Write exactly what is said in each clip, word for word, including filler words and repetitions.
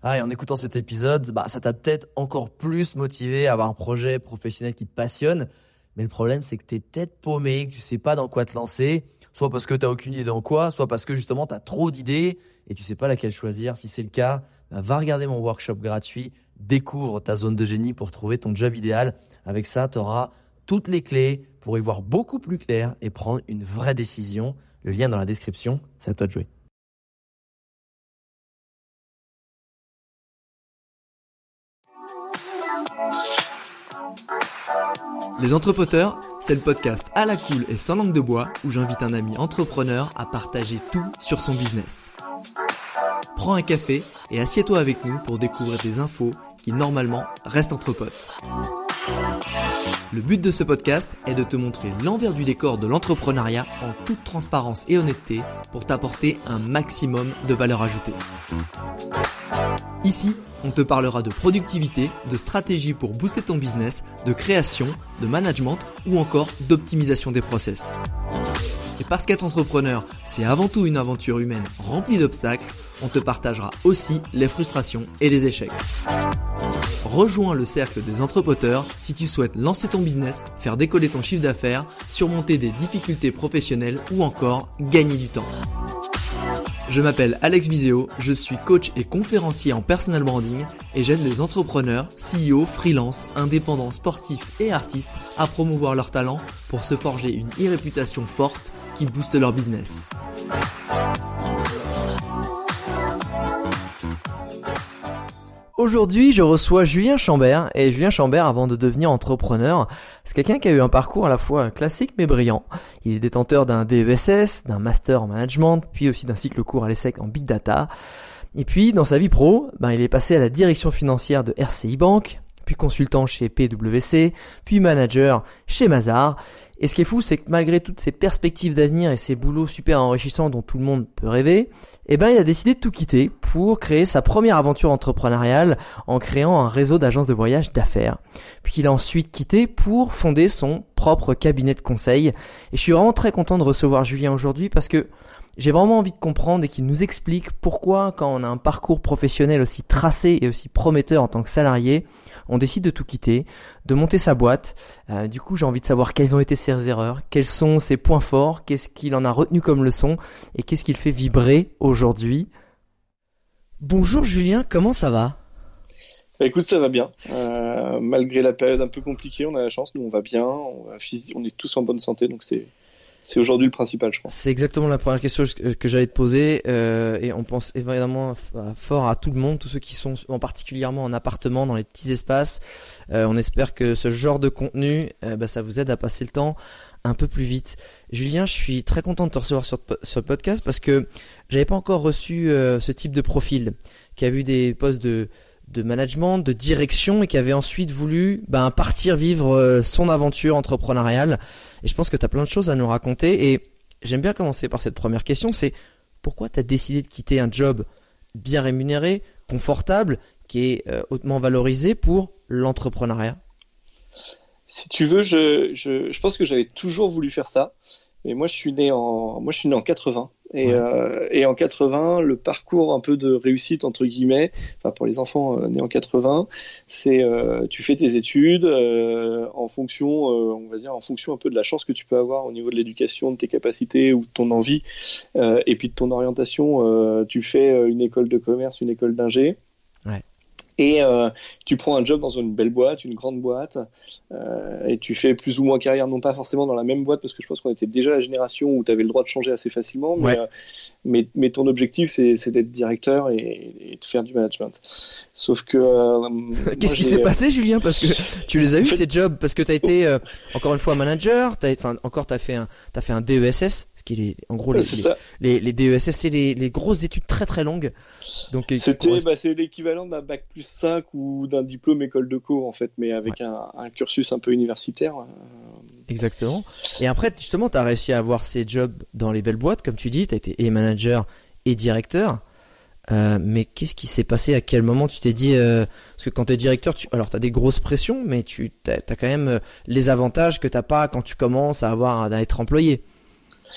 Ah, et en écoutant cet épisode, bah, ça t'a peut-être encore plus motivé à avoir un projet professionnel qui te passionne. Mais le problème, c'est que t'es peut-être paumé, que tu sais pas dans quoi te lancer. Soit parce que t'as aucune idée dans quoi, soit parce que justement t'as trop d'idées et tu sais pas laquelle choisir. Si c'est le cas, bah, va regarder mon workshop gratuit. Découvre ta zone de génie pour trouver ton job idéal. Avec ça, t'auras toutes les clés pour y voir beaucoup plus clair et prendre une vraie décision. Le lien dans la description, c'est à toi de jouer. Les Entrepoteurs, c'est le podcast à la cool et sans langue de bois où j'invite un ami entrepreneur à partager tout sur son business. Prends un café et assieds-toi avec nous pour découvrir des infos qui normalement restent entre potes. Le but de ce podcast est de te montrer l'envers du décor de l'entrepreneuriat en toute transparence et honnêteté pour t'apporter un maximum de valeur ajoutée. Ici, on te parlera de productivité, de stratégie pour booster ton business, de création, de management ou encore d'optimisation des process. Et parce qu'être entrepreneur, c'est avant tout une aventure humaine remplie d'obstacles, on te partagera aussi les frustrations et les échecs. Rejoins le cercle des Entrepoteurs si tu souhaites lancer ton business, faire décoller ton chiffre d'affaires, surmonter des difficultés professionnelles ou encore gagner du temps. Je m'appelle Alex Viseo, je suis coach et conférencier en personal branding et j'aide les entrepreneurs, C E O, freelance, indépendants, sportifs et artistes à promouvoir leurs talents pour se forger une e-réputation forte qui booste leur business. Aujourd'hui, je reçois Julien Chambert et Julien Chambert, avant de devenir entrepreneur, c'est quelqu'un qui a eu un parcours à la fois classique mais brillant. Il est détenteur d'un D E S S, d'un master en management, puis aussi d'un cycle court à l'ESSEC en big data. Et puis, dans sa vie pro, ben, il est passé à la direction financière de R C I Bank, puis consultant chez P W C, puis manager chez Mazars. Et ce qui est fou, c'est que malgré toutes ces perspectives d'avenir et ces boulots super enrichissants dont tout le monde peut rêver, eh ben, il a décidé de tout quitter pour créer sa première aventure entrepreneuriale en créant un réseau d'agences de voyage d'affaires. Puis il a ensuite quitté pour fonder son propre cabinet de conseil. Et je suis vraiment très content de recevoir Julien aujourd'hui parce que j'ai vraiment envie de comprendre et qu'il nous explique pourquoi, quand on a un parcours professionnel aussi tracé et aussi prometteur en tant que salarié, on décide de tout quitter, de monter sa boîte. Euh, du coup, j'ai envie de savoir quelles ont été ses erreurs, quels sont ses points forts, qu'est-ce qu'il en a retenu comme leçon et qu'est-ce qu'il fait vibrer aujourd'hui. Bonjour Julien, comment ça va ? Bah écoute, ça va bien. Euh, malgré la période un peu compliquée, on a la chance, nous on va bien, on, va phys- on est tous en bonne santé, donc c'est c'est aujourd'hui le principal, je pense. C'est exactement la première question que, que j'allais te poser euh, et on pense évidemment fort à tout le monde, tous ceux qui sont en particulièrement en appartement, dans les petits espaces. Euh, on espère que ce genre de contenu, euh, bah, ça vous aide à passer le temps un peu plus vite. Julien, je suis très content de te recevoir sur, sur le podcast parce que j'avais pas encore reçu euh, ce type de profil qui a vu des postes de de management, de direction et qui avait ensuite voulu ben, partir vivre euh, son aventure entrepreneuriale. Et je pense que tu as plein de choses à nous raconter et j'aime bien commencer par cette première question, c'est pourquoi tu as décidé de quitter un job bien rémunéré, confortable, qui est euh, hautement valorisé pour l'entrepreneuriat ? Si tu veux, je, je, je pense que j'avais toujours voulu faire ça. Et moi, je suis né en, moi, je suis né en quatre-vingts. Et, ouais. euh, et en quatre-vingts, le parcours un peu de réussite, entre guillemets, enfin, pour les enfants euh, nés en quatre-vingts, c'est, euh, tu fais tes études, euh, en fonction, euh, on va dire, en fonction un peu de la chance que tu peux avoir au niveau de l'éducation, de tes capacités ou de ton envie, euh, et puis de ton orientation, euh, tu fais une école de commerce, une école d'ingé. Ouais. Et euh, tu prends un job dans une belle boîte, une grande boîte, euh, et tu fais plus ou moins carrière, non pas forcément dans la même boîte, parce que je pense qu'on était déjà la génération où tu avais le droit de changer assez facilement, mais, ouais. euh, mais, mais ton objectif, c'est, c'est d'être directeur et, et de faire du management. Sauf que... Euh, Qu'est-ce qui s'est passé, Julien ? Parce que tu les as eu, ces jobs, parce que tu as été, euh, encore une fois, manager, t'as, enfin, encore tu as fait, fait un D E S S, ce qui est, en gros, les, les, les, les D E S S, c'est les, les grosses études très très longues. Donc, C'était, bah, c'est l'équivalent d'un bac plus cinq ou d'un diplôme école de co, en fait, mais avec ouais. un, un cursus un peu universitaire. Exactement. Et après, justement, tu as réussi à avoir ces jobs dans les belles boîtes, comme tu dis, tu as été et manager et directeur. Euh, mais qu'est-ce qui s'est passé ? À quel moment tu t'es dit euh, parce que quand tu es directeur, tu, alors tu as des grosses pressions, mais tu as quand même les avantages que tu n'as pas quand tu commences à avoir à être employé.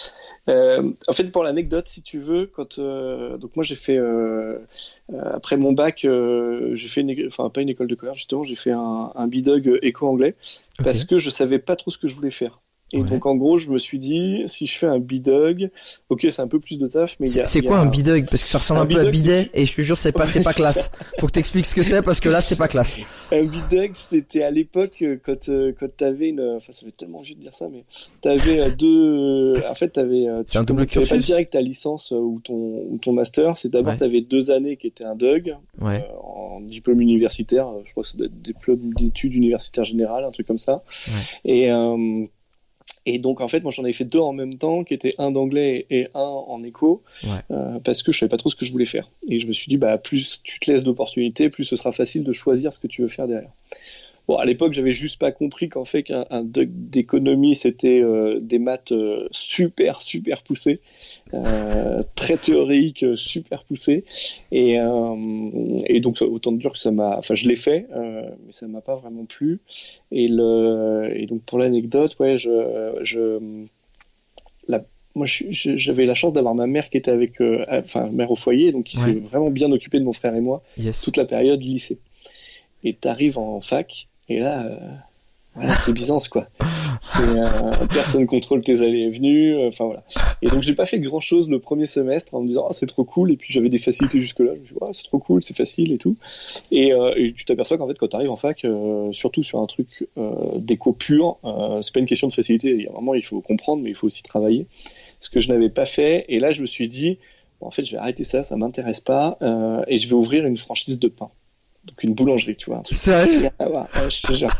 Euh, en fait, pour l'anecdote, si tu veux, quand euh, donc moi j'ai fait euh, euh, après mon bac, euh, j'ai fait une, enfin pas une école de commerce justement, j'ai fait un, un B-Dog éco-anglais okay. parce que je savais pas trop ce que je voulais faire. Et ouais. donc en gros, je me suis dit, si je fais un B-Dog, ok, c'est un peu plus de taf, mais il y a. C'est quoi y a un B-Dog? Parce que ça ressemble un, un peu à bidet, et je te jure, c'est pas, c'est pas classe. Faut que t'expliques ce que c'est, parce que là, c'est pas classe. Un B-Dog, c'était à l'époque quand quand t'avais une, enfin ça fait tellement vieux de dire ça, mais t'avais deux, en fait t'avais. C'est un double cursus. T'avais pas direct ta licence ou ton ou ton master, c'est d'abord ouais. t'avais deux années qui étaient un Dog, ouais. euh, en diplôme universitaire, je crois que c'est diplôme d'études universitaires générales, un truc comme ça, ouais. et euh, Et donc en fait moi j'en avais fait deux en même temps qui étaient un d'anglais et un en éco ouais. euh, parce que je savais pas trop ce que je voulais faire et je me suis dit bah plus tu te laisses d'opportunités plus ce sera facile de choisir ce que tu veux faire derrière. Bon, à l'époque, j'avais juste pas compris qu'en fait, qu'un un doc d'économie, c'était euh, des maths euh, super, super poussées, euh, très théoriques, super poussées. Et, euh, et donc, autant dire que ça m'a... Enfin, je l'ai fait, euh, mais ça m'a pas vraiment plu. Et, le, et donc, pour l'anecdote, ouais, je... je la, moi, je, j'avais la chance d'avoir ma mère qui était avec... Euh, enfin, mère au foyer, donc qui ouais. s'est vraiment bien occupée de mon frère et moi yes. toute la période lycée. Et t'arrives en fac... Et là, euh, voilà, c'est Byzance, quoi. C'est, euh, personne contrôle tes allées et venues. Enfin, euh, voilà. Et donc, j'ai pas fait grand chose le premier semestre en me disant, ah, oh, c'est trop cool. Et puis, j'avais des facilités jusque-là. Je me suis dit, oh, c'est trop cool, c'est facile et tout. Et, euh, et tu t'aperçois qu'en fait, quand t'arrives en fac, euh, surtout sur un truc euh, d'éco pur, euh, c'est pas une question de facilité. Il y a un moment, il faut comprendre, mais il faut aussi travailler. Ce que je n'avais pas fait. Et là, je me suis dit, bon, en fait, je vais arrêter ça, ça m'intéresse pas. Euh, et je vais ouvrir une franchise de pain. Donc une boulangerie, tu vois, un truc qui n'a rien à voir. Ouais, je te jure.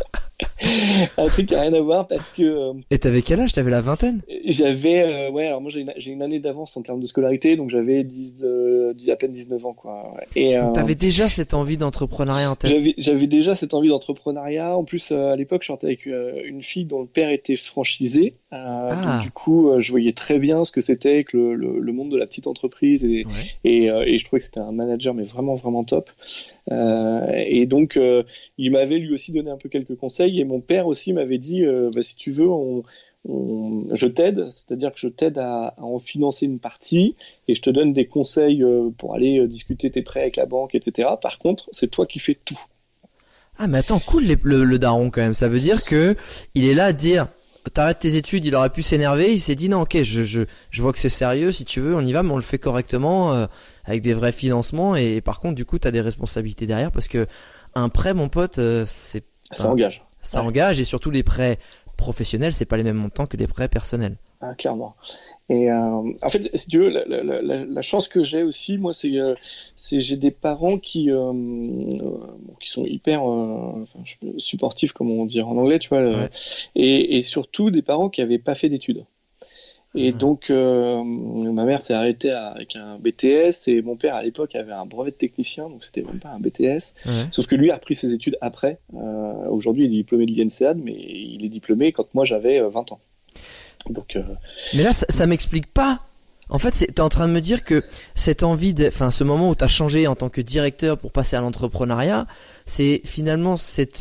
Un truc qui n'a rien à voir parce que. Euh, Et t'avais quel âge? T'avais la vingtaine? J'avais, euh, ouais, alors moi j'ai une, j'ai une année d'avance en termes de scolarité, donc j'avais dix, euh, à peine dix-neuf ans, quoi. Ouais. Et, donc euh, t'avais déjà cette envie d'entrepreneuriat en tête? J'avais, j'avais déjà cette envie d'entrepreneuriat. En plus, euh, à l'époque, je sortais avec euh, une fille dont le père était franchisé. Euh, ah. Donc du coup, euh, je voyais très bien ce que c'était que le, le, le monde de la petite entreprise et, ouais. et, euh, et je trouvais que c'était un manager, mais vraiment, vraiment top. Euh, et donc, euh, il m'avait lui aussi donné un peu quelques conseils et mon père aussi m'avait dit, euh, bah, si tu veux, on, on, je t'aide, c'est-à-dire que je t'aide à, à en financer une partie et je te donne des conseils euh, pour aller euh, discuter tes prêts avec la banque, et cetera. Par contre, c'est toi qui fais tout. Ah mais attends, cool les, le, le daron quand même. Ça veut dire que il est là à dire, t'arrêtes tes études, il aurait pu s'énerver, il s'est dit non ok, je, je, je vois que c'est sérieux, si tu veux on y va, mais on le fait correctement, euh, avec des vrais financements et, et par contre du coup t'as des responsabilités derrière parce que un prêt mon pote, euh, c'est... Ça un, engage. Ça ouais. engage et surtout les prêts professionnels, c'est pas les mêmes montants que les prêts personnels. Ah, clairement. Et euh, en fait, si tu veux, la, la, la, la chance que j'ai aussi, moi, c'est, euh, c'est j'ai des parents qui euh, euh, qui sont hyper euh, enfin, supportifs, comme on dit en anglais, tu vois, ouais. euh, et, et surtout des parents qui avaient pas fait d'études. Et mmh. donc, euh, ma mère s'est arrêtée avec un B T S et mon père, à l'époque, avait un brevet de technicien, donc c'était même pas un B T S. Ouais. Sauf que lui a repris ses études après. Euh, aujourd'hui, il est diplômé de l'I N S E A D, mais il est diplômé quand moi j'avais vingt ans. Donc, euh... Mais là, ça, ça m'explique pas. En fait, c'est, t'es en train de me dire que cette envie, de, enfin, ce moment où t'as changé en tant que directeur pour passer à l'entrepreneuriat, c'est finalement cette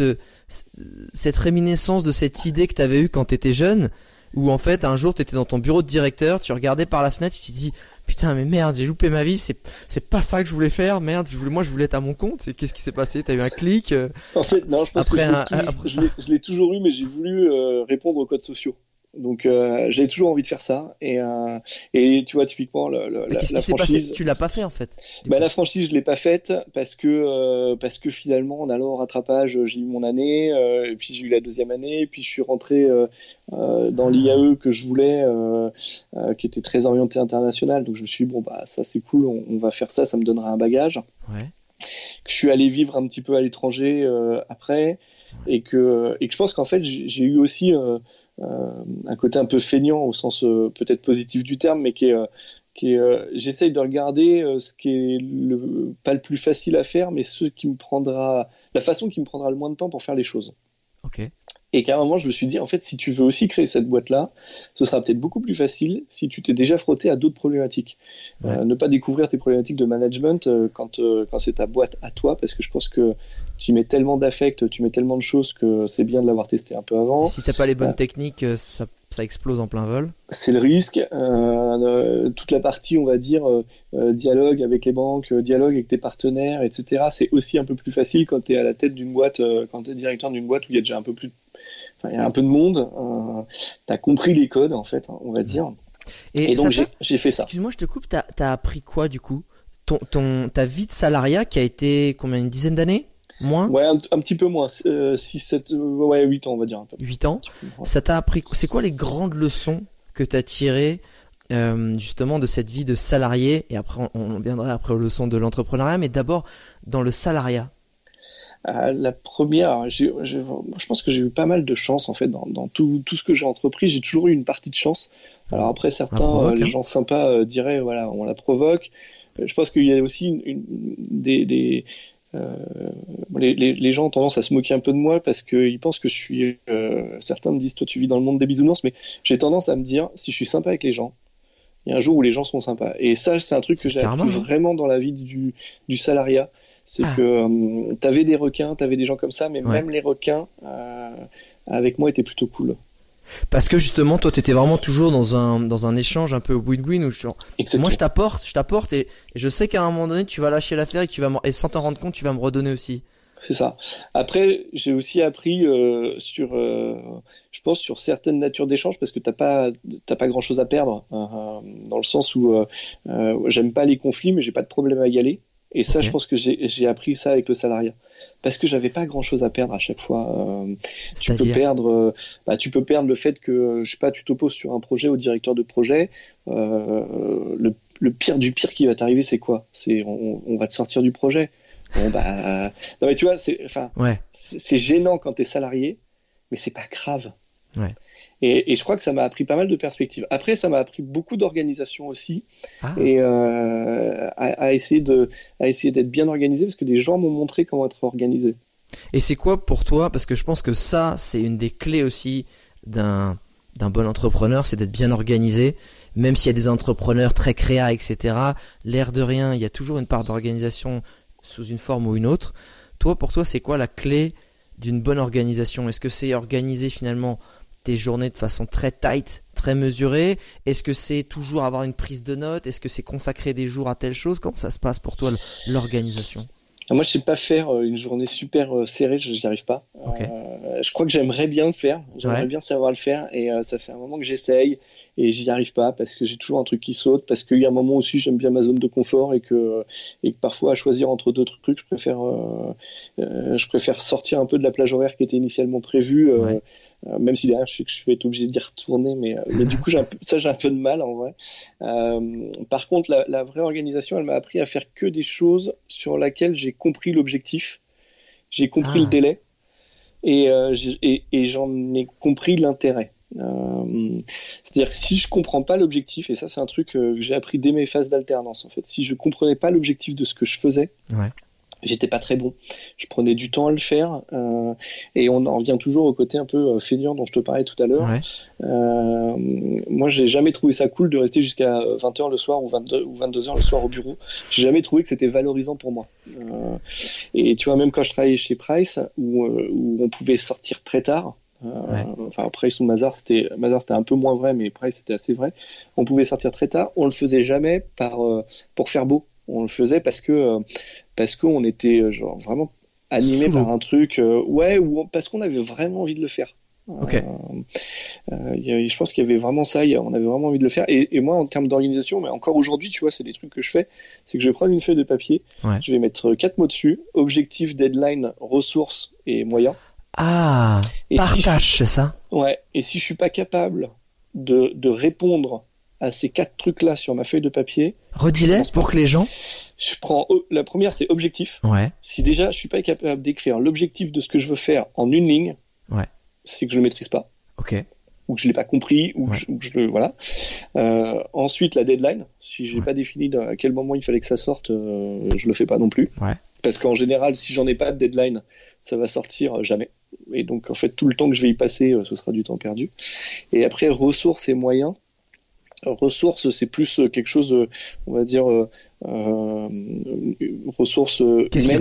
cette réminiscence de cette idée que t'avais eue quand t'étais jeune, où en fait un jour t'étais dans ton bureau de directeur, tu regardais par la fenêtre, tu te dis putain mais merde, j'ai loupé ma vie, c'est c'est pas ça que je voulais faire, merde, je voulais moi je voulais être à mon compte. C'est qu'est-ce qui s'est passé? T'as eu un clic euh, En fait non, je pense après que je, un, l'ai toujours, je, l'ai, je l'ai toujours eu, mais j'ai voulu euh, répondre aux codes sociaux. Donc euh, j'ai toujours envie de faire ça et euh, et tu vois typiquement le, le, la, qu'est-ce la qui s'est franchise. Passé tu l'as pas fait en fait. Bah coup. La franchise je l'ai pas faite parce que euh, parce que finalement en allant au rattrapage j'ai eu mon année euh, et puis j'ai eu la deuxième année et puis je suis rentré euh, euh, dans l'I A E que je voulais euh, euh, qui était très orienté international, donc je me suis dit bon bah ça c'est cool, on, on va faire ça, ça me donnera un bagage. Ouais. Je suis allé vivre un petit peu à l'étranger euh, après ouais. et que et que je pense qu'en fait j'ai, j'ai eu aussi euh, Euh, un côté un peu feignant au sens euh, peut-être positif du terme, mais qui est, euh, qui est euh, j'essaye de regarder euh, ce qui est le, pas le plus facile à faire, mais ce qui me prendra, la façon qui me prendra le moins de temps pour faire les choses. Ok. Et qu'à un moment, je me suis dit, en fait, si tu veux aussi créer cette boîte-là, ce sera peut-être beaucoup plus facile si tu t'es déjà frotté à d'autres problématiques. Ouais. Euh, ne pas découvrir tes problématiques de management euh, quand, euh, quand c'est ta boîte à toi, parce que je pense que tu mets tellement d'affect, tu mets tellement de choses que c'est bien de l'avoir testé un peu avant. Et si t'as pas les bonnes euh, techniques, ça, ça explose en plein vol. C'est le risque. Euh, euh, toute la partie, on va dire, euh, euh, dialogue avec les banques, euh, dialogue avec tes partenaires, et cetera. C'est aussi un peu plus facile quand tu es à la tête d'une boîte, euh, quand tu es directeur d'une boîte où il y a déjà un peu plus, enfin, il y a un peu de monde. Euh, tu as compris les codes, en fait, on va dire. Et, et donc, j'ai, j'ai fait ça. Excuse-moi, je te coupe. T'as, t'as appris quoi, du coup? Ton, ton, ta vie de salariat qui a été combien, une dizaine d'années? Moins? Ouais, un, un petit peu moins. Euh, six, sept, euh, ouais, huit ans, on va dire. Un peu. huit ans. Ouais. Ça t'a appris, c'est quoi les grandes leçons que t'as tirées, euh, justement, de cette vie de salarié? Et après, on, on viendra après aux leçons de l'entrepreneuriat, mais d'abord, dans le salariat. Euh, la première, j'ai, j'ai, je pense que j'ai eu pas mal de chance, en fait, dans, dans tout, tout ce que j'ai entrepris. J'ai toujours eu une partie de chance. Alors après, certains, provoque, euh, les hein. gens sympas euh, diraient, voilà, on la provoque. Euh, je pense qu'il y a aussi une, une, des, des Euh, les, les, les gens ont tendance à se moquer un peu de moi parce qu'ils pensent que je suis. Euh, certains me disent, toi, tu vis dans le monde des bisounours, mais j'ai tendance à me dire, si je suis sympa avec les gens, il y a un jour où les gens seront sympas. Et ça, c'est un truc que j'ai appris vraiment dans la vie du, du salariat. C'est ah. que euh, t'avais des requins, t'avais des gens comme ça, mais ouais. même les requins, euh, avec moi, étaient plutôt cool. Parce que justement, toi, t'étais vraiment toujours dans un dans un échange un peu win-win où je, moi je t'apporte, je t'apporte et, et je sais qu'à un moment donné, tu vas lâcher l'affaire et que tu vas me, et sans t'en rendre compte, tu vas me redonner aussi. C'est ça. Après, j'ai aussi appris euh, sur, euh, je pense, sur certaines natures d'échange parce que t'as pas t'as pas grand-chose à perdre euh, dans le sens où euh, euh, j'aime pas les conflits, mais j'ai pas de problème à y aller. Et ça, okay. je pense que j'ai, j'ai appris ça avec le salariat. Parce que j'avais pas grand chose à perdre à chaque fois. Euh, tu peux perdre, euh, bah, tu peux perdre le fait que, je sais pas, tu t'opposes sur un projet au directeur de projet. Euh, le, le pire du pire qui va t'arriver, c'est quoi? C'est, on, on va te sortir du projet. Bon, bah, euh, non, mais tu vois, c'est, enfin, ouais. c'est, c'est gênant quand t'es salarié, mais c'est pas grave. Ouais. Et, et je crois que ça m'a appris pas mal de perspectives. Après, ça m'a appris beaucoup d'organisation aussi, ah. et euh, à, à essayer de, à essayer d'être bien organisé, parce que des gens m'ont montré comment être organisé. Et c'est quoi pour toi? Parce que je pense que ça, c'est une des clés aussi d'un d'un bon entrepreneur, c'est d'être bien organisé. Même s'il y a des entrepreneurs très créa, et cetera. L'air de rien, il y a toujours une part d'organisation sous une forme ou une autre. Toi, pour toi, c'est quoi la clé d'une bonne organisation? Est-ce que c'est organiser finalement tes journées de façon très tight, très mesurée? Est-ce que c'est toujours avoir une prise de notes? Est-ce que c'est consacrer des jours à telle chose? Comment ça se passe pour toi, l'organisation? Alors moi, je sais pas faire une journée super serrée, je n'y arrive pas. Okay. Euh, je crois que j'aimerais bien le faire, j'aimerais ouais. bien savoir le faire, et euh, ça fait un moment que j'essaye et j'y arrive pas parce que j'ai toujours un truc qui saute, parce qu'il y a un moment aussi j'aime bien ma zone de confort et que et que parfois à choisir entre deux trucs, je préfère euh, euh, je préfère sortir un peu de la plage horaire qui était initialement prévue. Euh, ouais. Euh, même si derrière je sais que je vais être obligé d'y retourner, mais, mais du coup j'ai un peu, ça j'ai un peu de mal en vrai. Euh, par contre la, la vraie organisation, elle m'a appris à faire que des choses sur lesquelles j'ai compris l'objectif, j'ai compris ah. le délai et, euh, et, et j'en ai compris l'intérêt. Euh, c'est-à-dire que si je comprends pas l'objectif, et ça c'est un truc euh, que j'ai appris dès mes phases d'alternance en fait, si je comprenais pas l'objectif de ce que je faisais, ouais. j'étais pas très bon. Je prenais du temps à le faire, euh, et on en revient toujours au côté un peu feignant dont je te parlais tout à l'heure. Ouais. Euh, moi, j'ai jamais trouvé ça cool de rester jusqu'à vingt heures le soir ou vingt-deux ou vingt-deux heures le soir au bureau. J'ai jamais trouvé que c'était valorisant pour moi. Euh, et tu vois, même quand je travaillais chez Price, où, où on pouvait sortir très tard. Euh, ouais. Enfin, Price ou Mazars, c'était Mazars, c'était un peu moins vrai, mais Price c'était assez vrai. On pouvait sortir très tard. On le faisait jamais par euh, pour faire beau. On le faisait parce que euh, parce qu'on était genre vraiment animé par un truc, euh, ouais, ou parce qu'on avait vraiment envie de le faire. Okay. Euh, euh, y a, je pense qu'il y avait vraiment ça, y a, on avait vraiment envie de le faire. Et, et moi, en termes d'organisation, mais encore aujourd'hui, tu vois, c'est des trucs que je fais, c'est que je vais prendre une feuille de papier, ouais. je vais mettre quatre mots dessus: objectif, deadline, ressources et moyens. Ah, et partage, si c'est ça? Ouais. Et si je suis pas capable de de répondre à ces quatre trucs-là sur ma feuille de papier. Redis-les pour que les gens. Je prends la première, c'est objectif. Ouais. Si déjà je suis pas capable d'écrire l'objectif de ce que je veux faire en une ligne, ouais. c'est que je le maîtrise pas. Ok. Ou que je l'ai pas compris, ou, ouais. que, je, ou que je le voilà. Euh, ensuite la deadline. Si j'ai ouais. pas défini à quel moment il fallait que ça sorte, euh, je le fais pas non plus. Ouais. Parce qu'en général, si j'en ai pas de deadline, ça va sortir jamais. Et donc en fait, tout le temps que je vais y passer, ce sera du temps perdu. Et après, ressources et moyens. Ressources, c'est plus quelque chose, on va dire, euh, ressources Qu'est-ce humaines.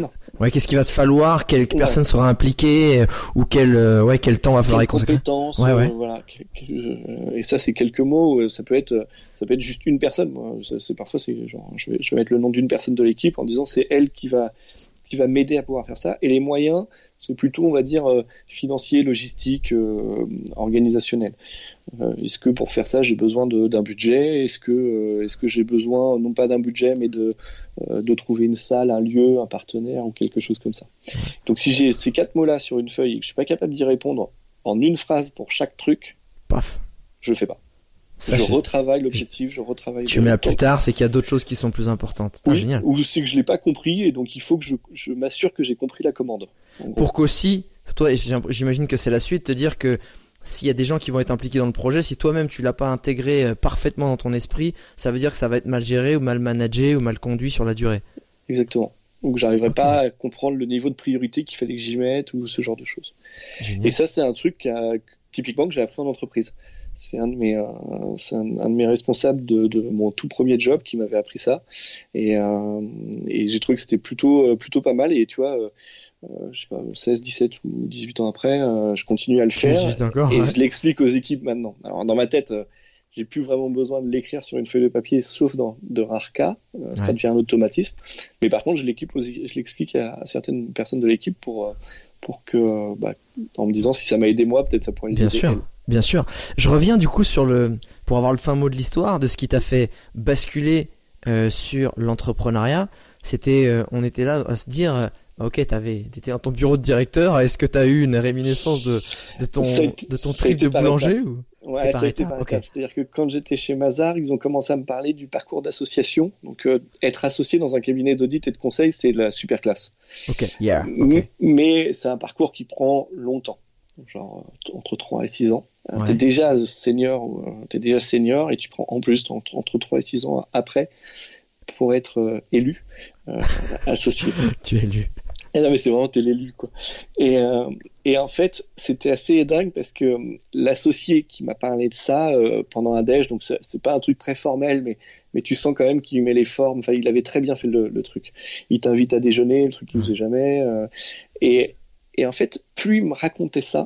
Ouais, qu'est-ce qu'il va te falloir, quelle Ouais. personne sera impliquée, euh, ou quel, euh, ouais, quel temps va falloir y Quelles consacrer. compétences, Ouais, ouais. euh, voilà. que- que- euh, et ça, c'est quelques mots. euh, Ça peut être, euh, ça peut être juste une personne. Moi, ça, c'est parfois, c'est genre, je vais, je vais mettre le nom d'une personne de l'équipe en disant c'est elle qui va, qui va m'aider à pouvoir faire ça. Et les moyens, c'est plutôt, on va dire, euh, financier, logistique, euh, organisationnel. Euh, est-ce que pour faire ça, j'ai besoin de, d'un budget? Est-ce que, euh, est-ce que j'ai besoin non pas d'un budget, mais de, euh, de trouver une salle, un lieu, un partenaire ou quelque chose comme ça. Donc, si j'ai ces quatre mots-là sur une feuille et que je suis pas capable d'y répondre en une phrase pour chaque truc, Paf. je le fais pas. Ça, je c'est- retravaille l'objectif, je retravaille. Tu le mets à temps. plus tard, c'est qu'il y a d'autres choses qui sont plus importantes. Putain, Oui, génial. ou c'est que je l'ai pas compris et donc il faut que je, je m'assure que j'ai compris la commande. En gros. Pour qu'aussi, toi, et j'ai- j'imagine que c'est la suite, te dire que s'il y a des gens qui vont être impliqués dans le projet, si toi-même tu l'as pas intégré euh, parfaitement dans ton esprit, ça veut dire que ça va être mal géré ou mal managé ou mal conduit sur la durée. Exactement. Donc j'arriverai Ok. pas à comprendre le niveau de priorité qu'il fallait que j'y mette ou ce genre de choses. Génial. Et ça, c'est un truc qu'a- typiquement que j'ai appris en entreprise. C'est un de mes, euh, c'est un, un de mes responsables de, de mon tout premier job qui m'avait appris ça. Et, euh, et j'ai trouvé que c'était plutôt, euh, plutôt pas mal. Et tu vois, euh, euh, je sais pas, seize, dix-sept ou dix-huit ans après, euh, je continue à le Tu faire. juste encore, Et ouais. je l'explique aux équipes maintenant. Alors, dans ma tête, euh, j'ai plus vraiment besoin de l'écrire sur une feuille de papier, sauf dans de rares cas. Euh, Ça Ouais. devient un automatisme. Mais par contre, je l'équipe aux- je l'explique à, à certaines personnes de l'équipe pour, euh, pour que, euh, bah, en me disant si ça m'a aidé moi, peut-être ça pourrait les Bien aider sûr. elles. Bien sûr. Je reviens du coup sur le, pour avoir le fin mot de l'histoire, de ce qui t'a fait basculer euh, sur l'entrepreneuriat. C'était, euh, on était là à se dire, euh, ok, t'avais, t'étais dans ton bureau de directeur. Est-ce que t'as eu une réminiscence de, de ton, Ça a été- de ton ça a trip été de par boulanger étapes. ou Ouais, C'était par ça a été étapes, par ok. étapes. C'est-à-dire que quand j'étais chez Mazars, ils ont commencé à me parler du parcours d'association. Donc, euh, être associé dans un cabinet d'audit et de conseil, c'est la super classe. Ok, yeah, M- ok. Mais c'est un parcours qui prend longtemps, genre euh, entre trois et six ans. Euh, Ouais. T'es déjà senior, ou, euh, t'es déjà senior et tu prends en plus entre, entre trois et six ans après pour être euh, élu, euh, associé. Tu es lu. Et non, mais c'est vraiment, t'es l'élu, quoi. Et, euh, et en fait, c'était assez dingue parce que euh, l'associé qui m'a parlé de ça euh, pendant un déj, donc c'est, c'est pas un truc très formel, mais, mais tu sens quand même qu'il met les formes. Enfin, il avait très bien fait le, le truc. Il t'invite à déjeuner, le truc qu'il faisait jamais. euh, et, et en fait, plus il me racontait ça,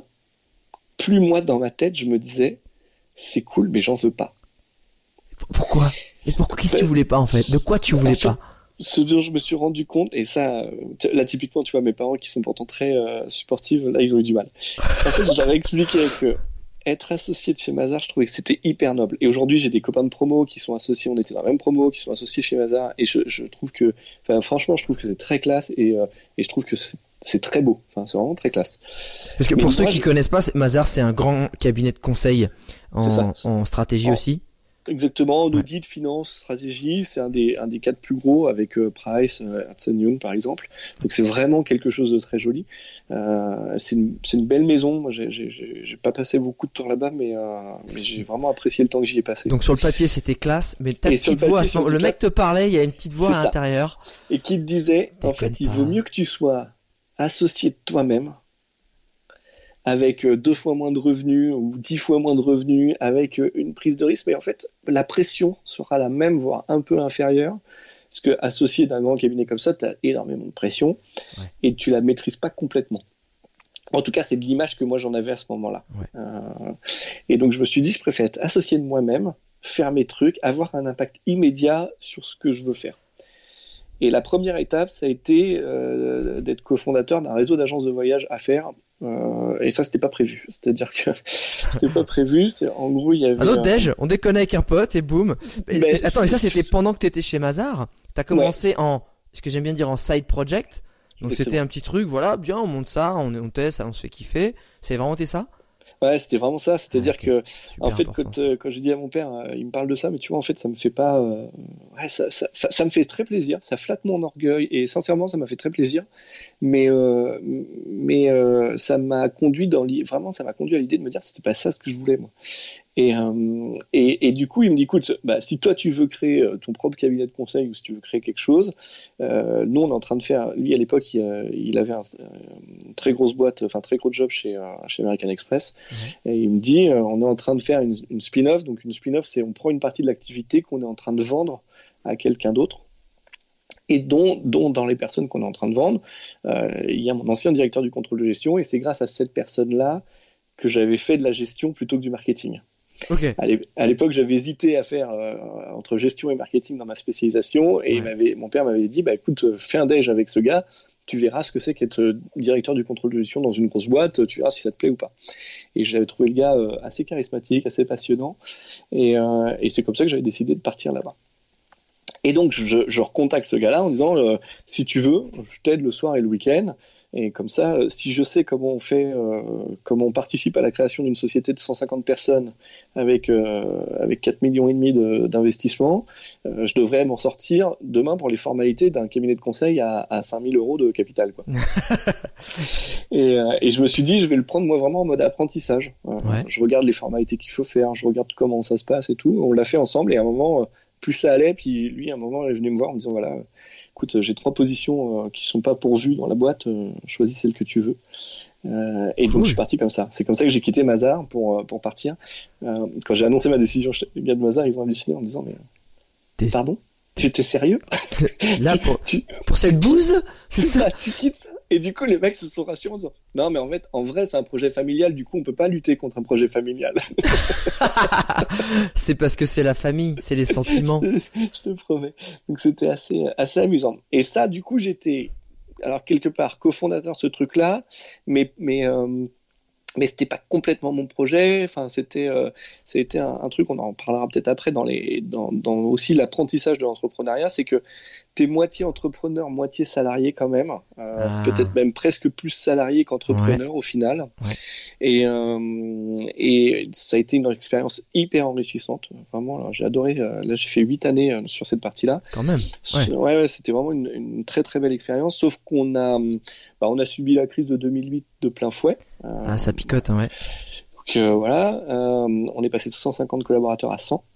plus moi, dans ma tête, je me disais, c'est cool, mais j'en veux pas. Pourquoi Et pourquoi Qu'est-ce que tu voulais pas en fait De quoi tu voulais En fait, pas Ce dont je me suis rendu compte, et ça, euh, t- là typiquement, tu vois, mes parents qui sont pourtant très euh, supportifs, là ils ont eu du mal. En fait, j'avais expliqué que être associé de chez Mazars, je trouvais que c'était hyper noble. Et aujourd'hui, j'ai des copains de promo qui sont associés, on était dans la même promo, qui sont associés chez Mazars, et je, je trouve que, enfin, franchement, je trouve que c'est très classe, et, euh, et je trouve que c'est, c'est très beau. Enfin, c'est vraiment très classe. Parce que Mais pour moi, ceux qui je- connaissent pas, c'est- Mazars, c'est un grand cabinet de conseil C'est en, ça. en stratégie En- aussi. Exactement, en Ouais. audit, finance, stratégie, c'est un des, un des quatre plus gros avec euh, Price, euh, Ernst and Young par exemple. Donc c'est vraiment quelque chose de très joli. Euh, c'est, une, c'est une belle maison. Moi, j'ai, j'ai, j'ai j'ai pas passé beaucoup de temps là-bas, mais, euh, mais j'ai vraiment apprécié le temps que j'y ai passé. Donc sur le papier, c'était classe, mais ta Et sur le petite voix à papier, ce moment, sur le le mec te parlait, il y a une petite voix C'est à ça. l'intérieur. Et qui te disait, en Déconne fait, il pas. vaut mieux que tu sois associé de toi-même, avec euh, deux fois moins de revenus ou dix fois moins de revenus, avec euh, une prise de risque, mais en fait, la pression sera la même, voire un peu inférieure, parce que associé d'un grand cabinet comme ça, tu as énormément de pression, Ouais. et tu la maîtrises pas complètement. En tout cas, c'est de l'image que moi j'en avais à ce moment-là. Ouais. Euh, et donc je me suis dit, je préfère être associé de moi-même, faire mes trucs, avoir un impact immédiat sur ce que je veux faire. Et la première étape, ça a été euh, d'être cofondateur d'un réseau d'agences de voyage à faire. Euh, et ça, c'était pas prévu. C'est-à-dire que c'était pas prévu. C'est en gros, il y avait. Un autre euh, déj, on déconne avec un pote et boum. Et- Mais et- attends, et ça c'est- c'était pendant que t'étais chez Mazars. T'as commencé en, ce que j'aime bien dire en side project. Donc Exactement. c'était un petit truc, voilà, bien, on monte ça, on, on teste, on se fait kiffer. C'est vraiment t'es ça Ouais, c'était vraiment ça. C'est-à-dire Ah, ok. que, Super en fait, important, quand, ça. euh, quand je dis à mon père, euh, il me parle de ça, mais tu vois, en fait, ça me fait pas. euh, Ouais, ça, ça, ça, ça me fait très plaisir. Ça flatte mon orgueil et sincèrement, ça m'a fait très plaisir. Mais, euh, mais euh, ça m'a conduit dans l'i- vraiment, ça m'a conduit à l'idée de me dire, c'était pas ça ce que je voulais moi. Et, euh, et, et du coup, il me dit, écoute, bah, si toi tu veux créer euh, ton propre cabinet de conseil ou si tu veux créer quelque chose, euh, nous on est en train de faire. Lui à l'époque, il, euh, il avait un, euh, une très grosse boîte, enfin très gros job chez, euh, chez American Express. Ouais. Et il me dit, euh, on est en train de faire une, une spin-off. Donc une spin-off, c'est on prend une partie de l'activité qu'on est en train de vendre à quelqu'un d'autre. et dont, dont dans les personnes qu'on est en train de vendre, euh, il y a mon ancien directeur du contrôle de gestion, et c'est grâce à cette personne-là que j'avais fait de la gestion plutôt que du marketing. Okay. À l'époque, j'avais hésité à faire euh, entre gestion et marketing dans ma spécialisation, et ouais. il m'avait, mon père m'avait dit, bah écoute, fais un déj avec ce gars, tu verras ce que c'est qu'être directeur du contrôle de gestion dans une grosse boîte, tu verras si ça te plaît ou pas. Et j'avais trouvé le gars euh, assez charismatique, assez passionnant, et, euh, et c'est comme ça que j'avais décidé de partir là-bas. Et donc, je, je recontacte ce gars-là en disant, euh, si tu veux, je t'aide le soir et le week-end. Et comme ça, si je sais comment on fait, euh, comment on participe à la création d'une société de cent cinquante personnes avec, euh, avec quatre millions et demi de, d'investissement, euh, je devrais m'en sortir demain pour les formalités d'un cabinet de conseil à, à cinq mille euros de capital, quoi. et, euh, et je me suis dit, je vais le prendre moi vraiment en mode apprentissage. Euh, ouais. Je regarde les formalités qu'il faut faire, je regarde comment ça se passe et tout. On l'a fait ensemble et à un moment, euh, plus ça allait, puis lui, à un moment, il est venu me voir en me disant, voilà, écoute, j'ai trois positions euh, qui sont pas pourvues dans la boîte, euh, choisis celle que tu veux. Euh, et cool. Donc je suis parti comme ça. C'est comme ça que j'ai quitté Mazars pour, pour partir. Euh, quand j'ai annoncé ma décision, les gars de Mazars, ils ont halluciné en me disant, mais T'es... pardon, tu étais sérieux? Là, pour, tu... pour cette bouse, c'est, c'est ça, ça, tu quittes ça. Et du coup, les mecs se sont rassurés en disant, non, mais en fait, en vrai, c'est un projet familial, du coup, on peut pas lutter contre un projet familial. C'est parce que c'est la famille, c'est les sentiments. je, te, je te promets. Donc c'était assez, assez amusant. Et ça, du coup, j'étais, alors quelque part, cofondateur de ce truc-là, mais, mais, euh, mais c'était pas complètement mon projet. Enfin, c'était, euh, c'était un, un truc, on en parlera peut-être après dans les, dans, dans aussi l'apprentissage de l'entrepreneuriat, c'est que t'es moitié entrepreneur, moitié salarié quand même, euh, ah. peut-être même presque plus salarié qu'entrepreneur ouais. au final. Ouais. Et, euh, et ça a été une expérience hyper enrichissante. Vraiment, là, j'ai adoré. Euh, là, j'ai fait huit années euh, sur cette partie-là. Quand même. Ouais, ouais, ouais c'était vraiment une, une très très belle expérience. Sauf qu'on a, bah, on a subi la crise de deux mille huit de plein fouet. Euh, ah, ça picote, hein, ouais. Donc euh, voilà, euh, on est passé de cent cinquante collaborateurs à cent.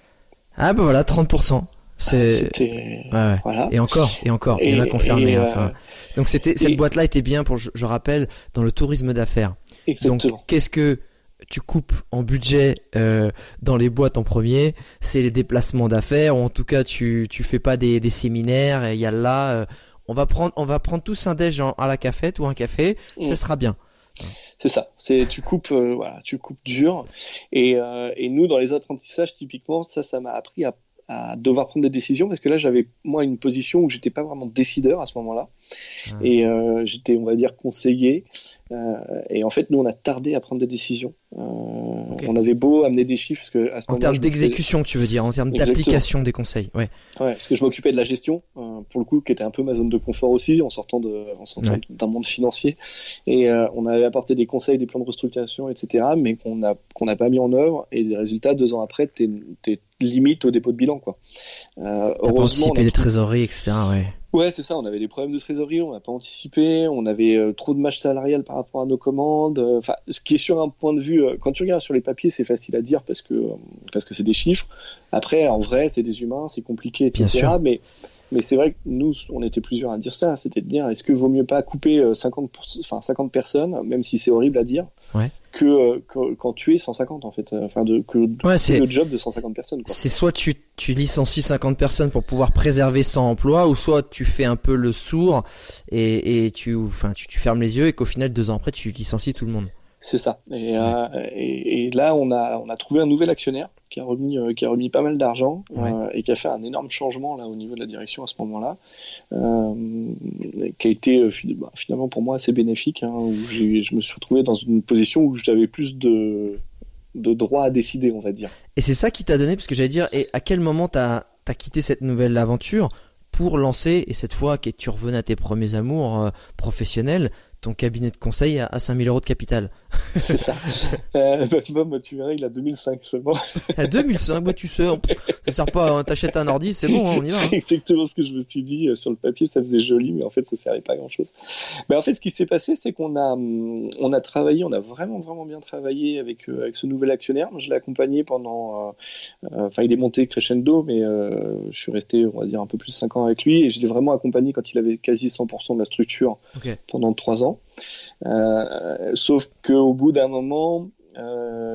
Ah bah voilà, trente pour cent. C'est c'était ouais, ouais. Voilà. Et encore et encore et, il y en a confirmé et, enfin. Euh... Donc c'était cette et... boîte là était bien pour je, je rappelle dans le tourisme d'affaires. Exactement. Donc qu'est-ce que tu coupes en budget euh, dans les boîtes en premier, c'est les déplacements d'affaires ou en tout cas tu tu fais pas des des séminaires et il y a là euh, on va prendre on va prendre tous un déj à la cafette ou un café, mmh. ça sera bien. C'est ça, c'est tu coupes euh, voilà, tu coupes dur et euh, et nous dans les apprentissages typiquement ça ça m'a appris à à devoir prendre des décisions parce que là j'avais moi une position où j'étais pas vraiment décideur à ce moment-là ah. et euh, j'étais on va dire conseiller euh, et en fait nous on a tardé à prendre des décisions euh, okay. On avait beau amener des chiffres parce que à ce en termes d'exécution faisais... tu veux dire en termes Exactement. D'application des conseils ouais ouais parce que je m'occupais de la gestion euh, pour le coup qui était un peu ma zone de confort aussi en sortant de en sortant ouais. d'un monde financier et euh, on avait apporté des conseils des plans de restructuration etc mais qu'on a qu'on n'a pas mis en œuvre et les résultats deux ans après t'es, t'es limite au dépôt de bilan quoi. Euh, T'as heureusement pas anticipé les tout... trésoreries et cetera ouais. Ouais, c'est ça. On avait des problèmes de trésorerie, on n'a pas anticipé, on avait euh, trop de marge salariale par rapport à nos commandes. Enfin, euh, ce qui est sur un point de vue, euh, quand tu regardes sur les papiers, c'est facile à dire parce que euh, parce que c'est des chiffres. Après, en vrai, c'est des humains, c'est compliqué, et cetera. Bien sûr. Mais mais c'est vrai que nous, on était plusieurs à dire ça. C'était de dire, est-ce que vaut mieux pas couper cinquante, enfin cinquante personnes, même si c'est horrible à dire, ouais. que, que quand tu es cent cinquante en fait, enfin de que ouais, c'est le job de cent cinquante personnes. Quoi. C'est soit tu tu licencies cinquante personnes pour pouvoir préserver cent emplois, ou soit tu fais un peu le sourd et et tu enfin tu, tu fermes les yeux et qu'au final deux ans après tu licencies tout le monde. C'est ça. Et, ouais. euh, et, et là, on a, on a trouvé un nouvel actionnaire qui a remis, euh, qui a remis pas mal d'argent ouais. euh, et qui a fait un énorme changement là au niveau de la direction à ce moment-là, euh, qui a été euh, finalement pour moi assez bénéfique. Hein, où j'ai, je me suis retrouvé dans une position où j'avais plus de, de droit à décider, on va dire. Et c'est ça qui t'a donné, parce que j'allais dire, et à quel moment t'as, t'as quitté cette nouvelle aventure pour lancer, et cette fois que tu revenais à tes premiers amours euh, professionnels, ton cabinet de conseil à, à cinq mille euros de capital. C'est ça. Euh, bah, moi, tu verrais, il a deux mille cinq seulement. À deux mille cinq, bah, tu sais, ça sert pas, hein, t'achètes un ordi, c'est bon, hein, on y va. Hein. C'est exactement ce que je me suis dit. Sur le papier, ça faisait joli, mais en fait, ça servait pas à grand chose. Mais en fait, ce qui s'est passé, c'est qu'on a, on a travaillé, on a vraiment, vraiment bien travaillé avec, euh, avec ce nouvel actionnaire. Je l'ai accompagné pendant, enfin, euh, il est monté crescendo, mais euh, je suis resté, on va dire, un peu plus de cinq ans avec lui, et je l'ai vraiment accompagné quand il avait quasi cent pour cent de la structure okay. pendant trois ans. Euh, sauf qu'au bout d'un moment, euh,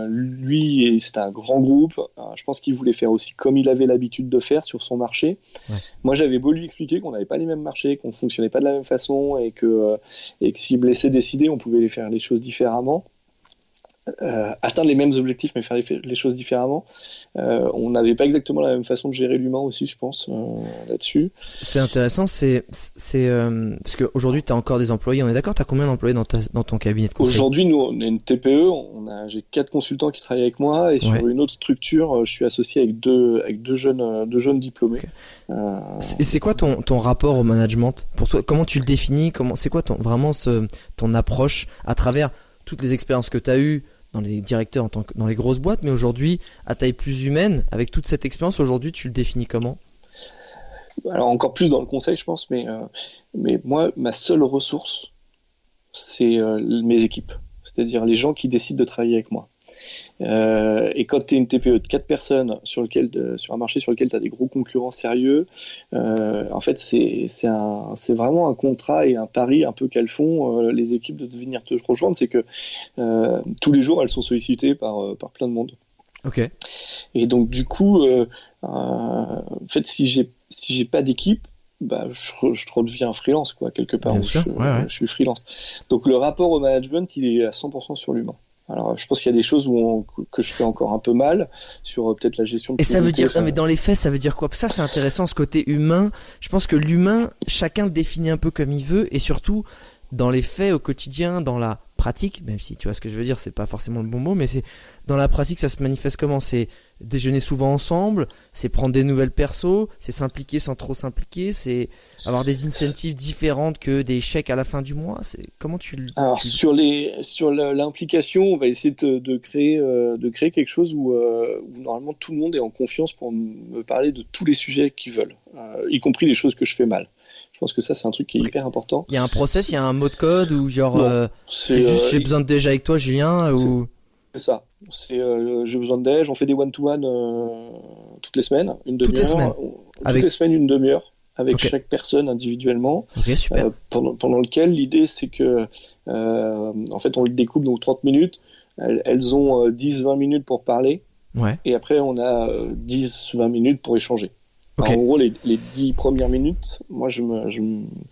Euh, lui, et c'était un grand groupe. Euh, je pense qu'il voulait faire aussi comme il avait l'habitude de faire sur son marché. Ouais. Moi, j'avais beau lui expliquer qu'on n'avait pas les mêmes marchés, qu'on fonctionnait pas de la même façon, et que, euh, et que s'il me laissait décider, on pouvait les faire les choses différemment. Euh, atteindre les mêmes objectifs mais faire les, les choses différemment. Euh, on n'avait pas exactement la même façon de gérer l'humain aussi, je pense, euh, là-dessus. C'est intéressant, c'est, c'est euh, parce qu'aujourd'hui tu as encore des employés, on est d'accord, tu as combien d'employés dans, ta, dans ton cabinet de conseil? Aujourd'hui, nous, on est une T P E, on a, j'ai quatre consultants qui travaillent avec moi et sur ouais. une autre structure, je suis associé avec deux, avec deux jeunes, deux jeunes diplômés. Okay. Euh... C'est, c'est quoi ton, ton rapport au management pour toi? Comment tu le définis? Comment, c'est quoi ton, vraiment ce, ton approche à travers toutes les expériences que tu as eues dans les directeurs en tant que dans les grosses boîtes, mais aujourd'hui à taille plus humaine, avec toute cette expérience, aujourd'hui tu le définis comment? Alors encore plus dans le conseil, je pense, mais euh, mais moi ma seule ressource c'est euh, mes équipes, c'est-à-dire les gens qui décident de travailler avec moi. Euh, et quand tu es une T P E de quatre personnes sur, lequel, de, sur un marché sur lequel tu as des gros concurrents sérieux, euh, en fait, c'est, c'est, un, c'est vraiment un contrat et un pari un peu qu'elles font, euh, les équipes, de venir te rejoindre. C'est que euh, tous les jours, elles sont sollicitées par, par plein de monde. Okay. Et donc, du coup, euh, euh, en fait, si j'ai, si j'ai pas d'équipe, bah, je, je redeviens freelance, quoi, quelque part. Bien où sûr, je, ouais, ouais. je suis freelance. Donc, le rapport au management, il est à cent pour cent sur l'humain. Alors, je pense qu'il y a des choses où on, que je fais encore un peu mal sur euh, peut-être la gestion de. Et ça veut dire, ça... non, mais dans les faits, ça veut dire quoi? Ça, c'est intéressant, ce côté humain. Je pense que l'humain, chacun le définit un peu comme il veut, et surtout dans les faits au quotidien, dans la pratique, même si tu vois ce que je veux dire, c'est pas forcément le bon mot, mais c'est dans la pratique, ça se manifeste comment? C'est déjeuner souvent ensemble, c'est prendre des nouvelles persos, c'est s'impliquer sans trop s'impliquer, c'est avoir des incentives différentes que des chèques à la fin du mois. C'est comment tu le Alors tu... sur les sur l'implication, on va essayer de, de créer euh, de créer quelque chose où, euh, où normalement tout le monde est en confiance pour me parler de tous les sujets qu'ils veulent, euh, y compris les choses que je fais mal. Je pense que ça, c'est un truc qui est okay. hyper important. Il y a un process, il y a un mot de code ou genre non, euh, c'est, c'est juste euh, j'ai besoin de déj avec toi, Julien, ou c'est ça. C'est euh, j'ai besoin de déj. On fait des one-to-one euh, toutes les semaines, une demi-heure. Toutes les semaines. Toutes avec... les semaines, une demi-heure avec okay. chaque personne individuellement. Ok, super. Euh, pendant, pendant lequel l'idée c'est que euh, en fait on le découpe donc trente minutes. Elles, elles ont euh, dix vingt minutes pour parler. Ouais. Et après on a euh, dix vingt minutes pour échanger. Okay. Alors, en gros, les, les dix premières minutes, moi, je me, je,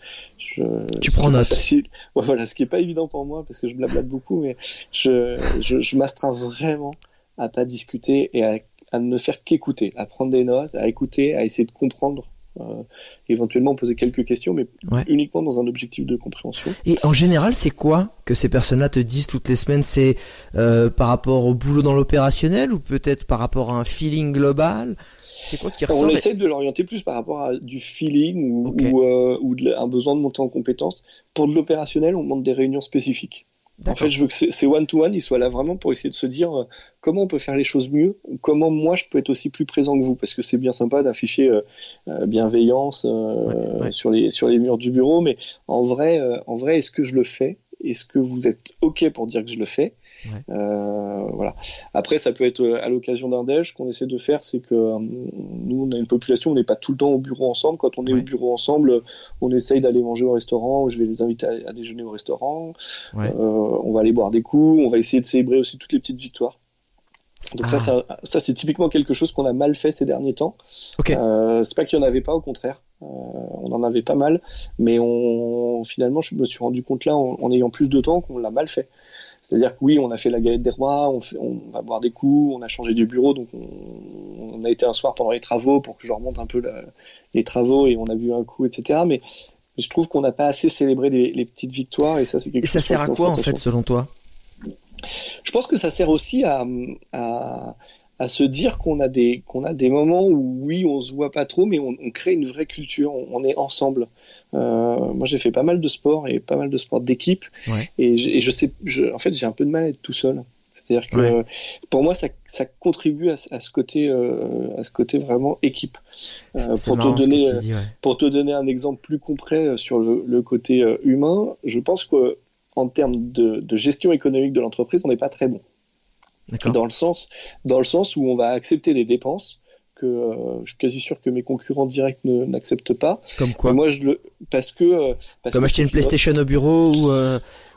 je tu prends note. Facile. Ouais, voilà, ce qui est pas évident pour moi parce que je blablate beaucoup, mais je, je, je m'astreins vraiment à pas discuter et à, à ne faire qu'écouter, à prendre des notes, à écouter, à essayer de comprendre. Euh, éventuellement poser quelques questions, mais ouais. uniquement dans un objectif de compréhension. Et en général, c'est quoi que ces personnes-là te disent toutes les semaines? C'est euh, par rapport au boulot dans l'opérationnel ou peut-être par rapport à un feeling global? C'est quoi qui ressort? On essaie de l'orienter plus par rapport à du feeling ou, okay. ou, euh, ou de, un besoin de monter en compétences. Pour de l'opérationnel, on monte des réunions spécifiques. D'accord. En fait, je veux que ces one-to-one, ils soient là vraiment pour essayer de se dire euh, comment on peut faire les choses mieux, ou comment moi je peux être aussi plus présent que vous, parce que c'est bien sympa d'afficher euh, euh, bienveillance euh, ouais, ouais. sur les sur les murs du bureau, mais en vrai, euh, en vrai, est-ce que je le fais? Est-ce que vous êtes OK pour dire que je le fais? Ouais. Euh, voilà. Après, ça peut être à l'occasion d'un déj. Ce qu'on essaie de faire, c'est que euh, nous, on a une population, on n'est pas tout le temps au bureau ensemble. Quand on est ouais. au bureau ensemble, on essaye d'aller manger au restaurant. Je vais les inviter à, à déjeuner au restaurant. Ouais. Euh, on va aller boire des coups. On va essayer de célébrer aussi toutes les petites victoires. Donc ah. ça, ça, ça, c'est typiquement quelque chose qu'on a mal fait ces derniers temps. Okay. Euh, c'est pas qu'il y en avait pas, au contraire. Euh, on en avait pas mal, mais on, finalement, je me suis rendu compte là, en, en ayant plus de temps, qu'on l'a mal fait. C'est-à-dire que oui, on a fait la galette des rois, on, fait, on va boire des coups, on a changé du bureau, donc on, on a été un soir pendant les travaux pour que je remonte un peu la, les travaux et on a bu un coup, et cetera. Mais, mais je trouve qu'on n'a pas assez célébré les, les petites victoires et ça, c'est quelque et chose. Et ça sert à quoi en fait, selon toi? Je pense que ça sert aussi à, à, à se dire qu'on a des qu'on a des moments où oui, on se voit pas trop, mais on, on crée une vraie culture, on, on est ensemble. Euh, moi, j'ai fait pas mal de sport et pas mal de sport d'équipe, ouais. et, je, et je sais, je, en fait, j'ai un peu de mal à être tout seul. C'est-à-dire que ouais. pour moi, ça, ça contribue à, à ce côté, euh, à ce côté vraiment équipe. Euh, pour te donner, ce que tu dis, ouais. pour te donner un exemple plus concret sur le, le côté euh, humain, je pense que en termes de, de gestion économique de l'entreprise, on n'est pas très bon. D'accord. Dans le sens, dans le sens où on va accepter des dépenses que euh, je suis quasi sûr que mes concurrents directs ne, n'acceptent pas. Comme quoi? Mais moi, je le, parce que, euh, parce comme que acheter une PlayStation au bureau ou, euh,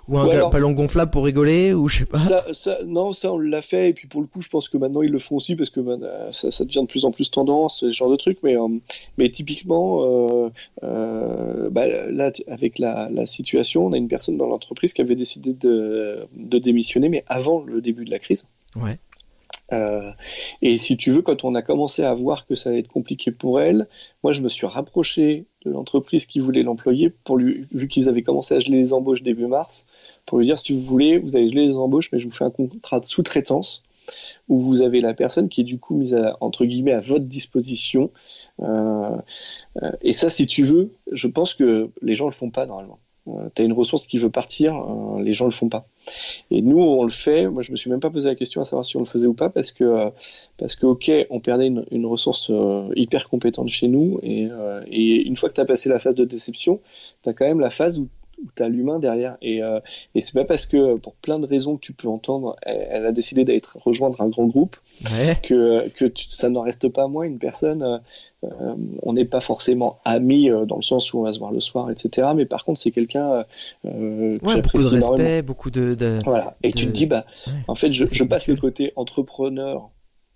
ou un alors, ballon gonflable pour rigoler, ou je sais pas. Ça, ça, non, ça on l'a fait, et puis pour le coup, je pense que maintenant ils le font aussi parce que ben, ça, ça devient de plus en plus tendance, ce genre de truc. Mais, euh, mais typiquement, euh, euh, bah, là, avec la, la situation, on a une personne dans l'entreprise qui avait décidé de, de démissionner, mais avant le début de la crise. Ouais. Euh, et si tu veux, quand on a commencé à voir que ça allait être compliqué pour elle, moi je me suis rapproché de l'entreprise qui voulait l'employer, pour lui, vu qu'ils avaient commencé à geler les embauches début mars, pour lui dire si vous voulez, vous allez geler les embauches, mais je vous fais un contrat de sous-traitance où vous avez la personne qui est du coup mise à, entre guillemets à votre disposition. Euh, euh, et ça, si tu veux, je pense que les gens le font pas normalement. Euh, tu as une ressource qui veut partir, euh, les gens le font pas. Et nous, on le fait. Moi, je me suis même pas posé la question à savoir si on le faisait ou pas, parce que euh, parce que ok, on perdait une, une ressource euh, hyper compétente chez nous, et, euh, et une fois que tu as passé la phase de déception, tu as quand même la phase où où tu as l'humain derrière. Et, euh, et c'est pas parce que, pour plein de raisons que tu peux entendre, elle, elle a décidé d'être rejoindre un grand groupe, ouais. que, que tu, ça n'en reste pas moins une personne. Euh, euh, on n'est pas forcément amis euh, dans le sens où on va se voir le soir, et cetera. Mais par contre, c'est quelqu'un euh, que ouais, j'apprécie beaucoup de respect, énormément. beaucoup de, de Voilà. Et de... tu te dis, bah, ouais. en fait, je, je passe le côté entrepreneur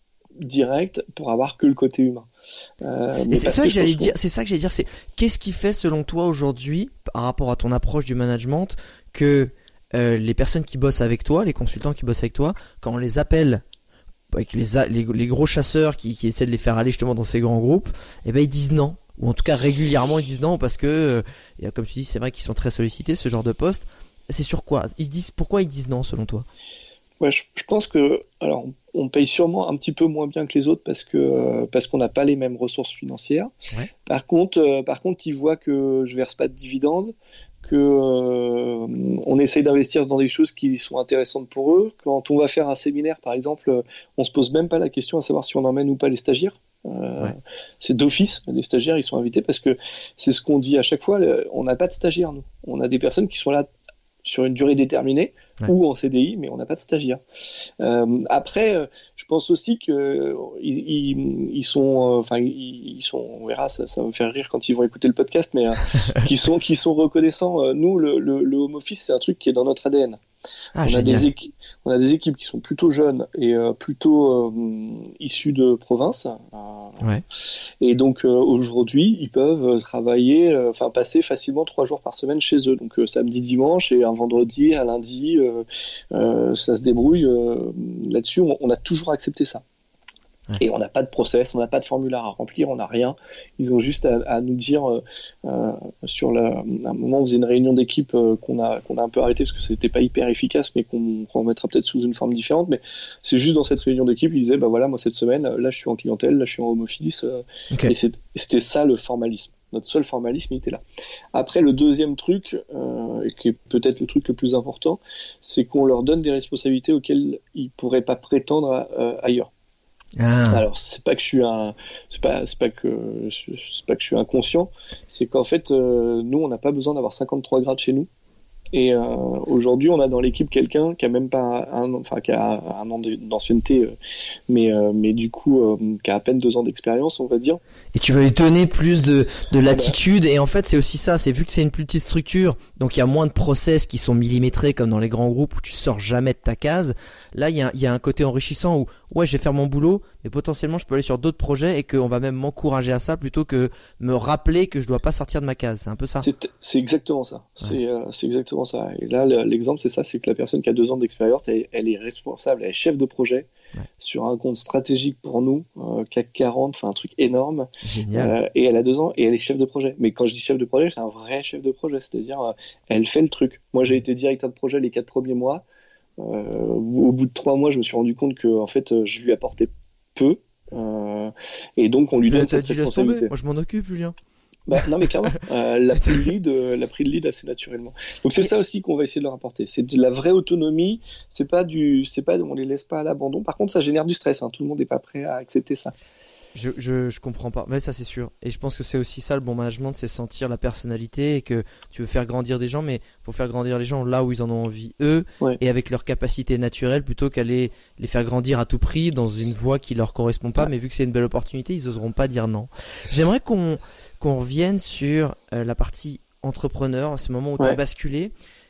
direct pour avoir que le côté humain. Euh, Et c'est ça que, que j'allais dire. C'est ça que j'allais dire. C'est qu'est-ce qui fait selon toi aujourd'hui, par rapport à ton approche du management, que euh, les personnes qui bossent avec toi, les consultants qui bossent avec toi, quand on les appelle, avec les les, les gros chasseurs qui, qui essaient de les faire aller justement dans ces grands groupes, eh ben ils disent non. Ou en tout cas régulièrement ils disent non parce que, euh, comme tu dis, c'est vrai qu'ils sont très sollicités ce genre de poste. C'est sur quoi ils disent pourquoi ils disent non selon toi? Ouais, je, je pense que, alors, on paye sûrement un petit peu moins bien que les autres parce que euh, parce qu'on n'a pas les mêmes ressources financières. Ouais. Par contre, euh, par contre, ils voient que je verse pas de dividendes, que euh, on essaye d'investir dans des choses qui sont intéressantes pour eux. Quand on va faire un séminaire, par exemple, on se pose même pas la question à savoir si on emmène ou pas les stagiaires. Euh, ouais. C'est d'office, les stagiaires, ils sont invités parce que c'est ce qu'on dit à chaque fois. On n'a pas de stagiaires, nous. On a des personnes qui sont là sur une durée déterminée, ouais. ou en C D I, mais on n'a pas de stagiaire. Euh, après, euh, je pense aussi que euh, ils, ils, ils sont, enfin, euh, ils, ils sont, on verra, ça, ça va me faire rire quand ils vont écouter le podcast, mais euh, qui sont, qui sont reconnaissants. Euh, nous, le, le, le home office, c'est un truc qui est dans notre A D N. Ah, on, a des équipes, on a des équipes qui sont plutôt jeunes et euh, plutôt euh, issues de province. Euh, ouais. Et donc euh, aujourd'hui, ils peuvent travailler, euh, enfin passer facilement trois jours par semaine chez eux. Donc euh, samedi, dimanche et un vendredi, un lundi, euh, euh, ça se débrouille. Euh, là-dessus, on, on a toujours accepté ça. Et on n'a pas de process, on n'a pas de formulaire à remplir, on n'a rien. Ils ont juste à, à nous dire, euh, euh, sur la, à un moment, on faisait une réunion d'équipe euh, qu'on a, qu'on a un peu arrêté parce que c'était pas hyper efficace, mais qu'on, qu'on remettra peut-être sous une forme différente. Mais c'est juste dans cette réunion d'équipe, ils disaient, bah voilà, moi cette semaine, là je suis en clientèle, là je suis en home office. Euh, okay. Et c'est, c'était ça le formalisme. Notre seul formalisme, il était là. Après, le deuxième truc, euh, qui est peut-être le truc le plus important, c'est qu'on leur donne des responsabilités auxquelles ils pourraient pas prétendre à, euh, ailleurs. Ah. Alors c'est pas que je suis un, c'est pas, c'est pas que, c'est pas que je suis inconscient, c'est qu'en fait euh, nous on n'a pas besoin d'avoir cinquante-trois grades chez nous. Et euh, aujourd'hui, on a dans l'équipe quelqu'un qui a même pas un, enfin qui a un an d'ancienneté, euh, mais euh, mais du coup euh, qui a à peine deux ans d'expérience, on va dire. Et tu veux lui donner plus de de latitude. Et en fait, c'est aussi ça. C'est vu que c'est une plus petite structure, donc il y a moins de process qui sont millimétrés comme dans les grands groupes où tu sors jamais de ta case. Là, il y a il y a un côté enrichissant où ouais, je vais faire mon boulot, mais potentiellement je peux aller sur d'autres projets et qu'on va même m'encourager à ça plutôt que me rappeler que je dois pas sortir de ma case. C'est un peu ça. C'est c'est exactement ça. Ouais. C'est euh, c'est exactement ça. Et là, l'exemple, c'est ça, c'est que la personne qui a deux ans d'expérience, elle, elle est responsable, elle est chef de projet ouais. sur un compte stratégique pour nous, euh, C A C quarante, enfin un truc énorme. Génial. Euh, et elle a deux ans et elle est chef de projet. Mais quand je dis chef de projet, c'est un vrai chef de projet, c'est-à-dire euh, elle fait le truc. Moi, j'ai été directeur de projet les quatre premiers mois. Euh, au bout de trois mois, je me suis rendu compte que en fait, je lui apportais peu. Euh, et donc, on lui donne cette responsabilité. Moi, je m'en occupe, Julien. Bah, non mais clairement, euh, elle a pris le lead, euh, elle a pris le lead assez naturellement. Donc c'est ça aussi qu'on va essayer de leur apporter. C'est de la vraie autonomie. C'est pas du, c'est pas, on les laisse pas à l'abandon. Par contre, ça génère du stress. Hein. Tout le monde n'est pas prêt à accepter ça. Je, je, je comprends pas. Mais ça, c'est sûr. Et je pense que c'est aussi ça le bon management, c'est sentir la personnalité et que tu veux faire grandir des gens, mais faut faire grandir les gens là où ils en ont envie eux ouais. et avec leur capacité naturelle plutôt qu'aller les faire grandir à tout prix dans une voie qui leur correspond pas. Ouais. Mais vu que c'est une belle opportunité, ils oseront pas dire non. J'aimerais qu'on qu'on revienne sur euh, la partie entrepreneur, ce moment où ouais. tu as basculé.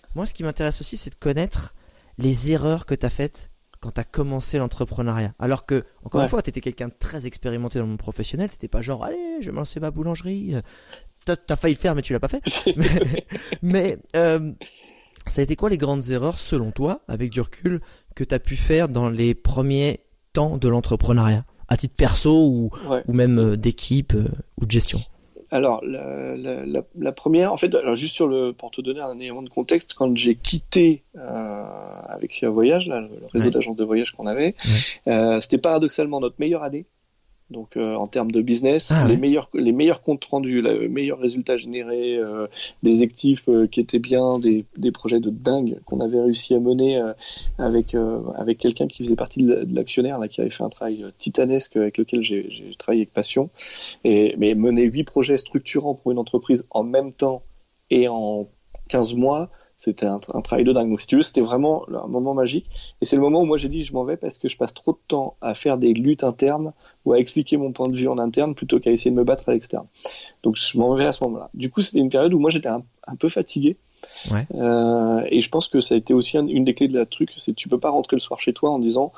Moi, ce qui m'intéresse aussi, c'est de connaître les erreurs que tu as faites quand tu as commencé l'entrepreneuriat. Alors que, encore Ouais. une fois, tu étais quelqu'un de très expérimenté dans le monde professionnel. Tu n'étais pas genre, allez, je vais me lancer ma boulangerie. Tu as failli le faire, mais tu l'as pas fait. mais mais euh, ça a été quoi les grandes erreurs, selon toi, avec du recul, que tu as pu faire dans les premiers temps de l'entrepreneuriat, à titre perso ou, Ouais. ou même euh, d'équipe euh, ou de gestion? Alors, la, la, la, la première, en fait, alors juste sur le, pour te donner un élément de contexte, quand j'ai quitté euh, avec Sia Voyage, là, le, le réseau Ouais. d'agences de voyage qu'on avait, euh, c'était paradoxalement notre meilleure année. Donc, euh, en termes de business, Ah les ouais. meilleurs, les meilleurs comptes rendus, les meilleurs résultats générés, euh, des actifs euh, qui étaient bien, des, des projets de dingue qu'on avait réussi à mener euh, avec euh, avec quelqu'un qui faisait partie de l'actionnaire, là, qui avait fait un travail titanesque avec lequel j'ai, j'ai travaillé avec passion. Et mais mener huit projets structurants pour une entreprise en même temps et en quinze mois. C'était un, un travail de dingue. Donc, si tu veux, c'était vraiment un moment magique. Et c'est le moment où moi j'ai dit je m'en vais parce que je passe trop de temps à faire des luttes internes ou à expliquer mon point de vue en interne plutôt qu'à essayer de me battre à l'externe. Donc je m'en vais à ce moment-là. Du coup, c'était une période où moi j'étais un, un peu fatigué. Ouais. Euh, et je pense que ça a été aussi un, une des clés de la truc, c'est que tu peux pas rentrer le soir chez toi en disant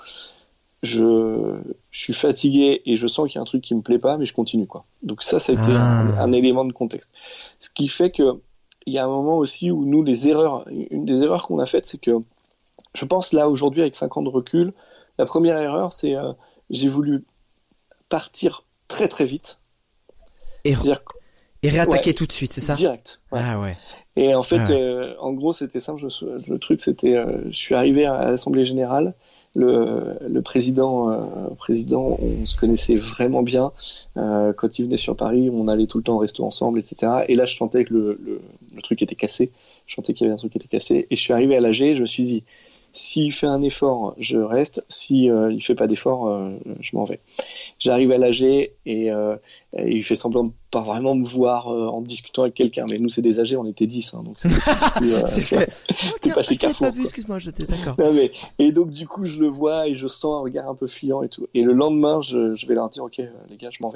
je, je suis fatigué et je sens qu'il y a un truc qui me plaît pas, mais je continue, quoi. Donc ça, ça a été Ah. un, un élément de contexte. Ce qui fait que il y a un moment aussi où nous, les erreurs, une des erreurs qu'on a faites, c'est que je pense là aujourd'hui avec cinq ans de recul, la première erreur, c'est euh, j'ai voulu partir très très vite. Et, C'est-à-dire et réattaquer ouais, tout de suite, c'est ça? direct. Ouais. Ah ouais. Et en fait, Ah ouais. euh, en gros, c'était simple. Je, le truc, c'était, euh, je suis arrivé à l'Assemblée générale. Le, le président, euh, président, on se connaissait vraiment bien. Euh, quand il venait sur Paris, on allait tout le temps au resto ensemble, et cetera. Et là, je sentais que le, le, le truc était cassé. Je sentais qu'il y avait un truc qui était cassé. Et je suis arrivé à l'A G. Je me suis dit, s'il fait un effort, je reste. Si euh, il fait pas d'effort, euh, je m'en vais. J'arrive à l'A G et, euh, et il fait semblant de pas vraiment me voir euh, en discutant avec quelqu'un. Mais nous, c'est des A G, on était dix, hein, donc c'est plus, euh, C'est tu vois. fait. Oh, tiens, pas je chez t'avais Carrefour, pas vu, quoi. excuse-moi, j'étais d'accord. Non, mais, et donc, du coup, je le vois et je sens un regard un peu fuyant et tout. Et le lendemain, je, je vais leur dire, ok, euh, les gars, je m'en vais.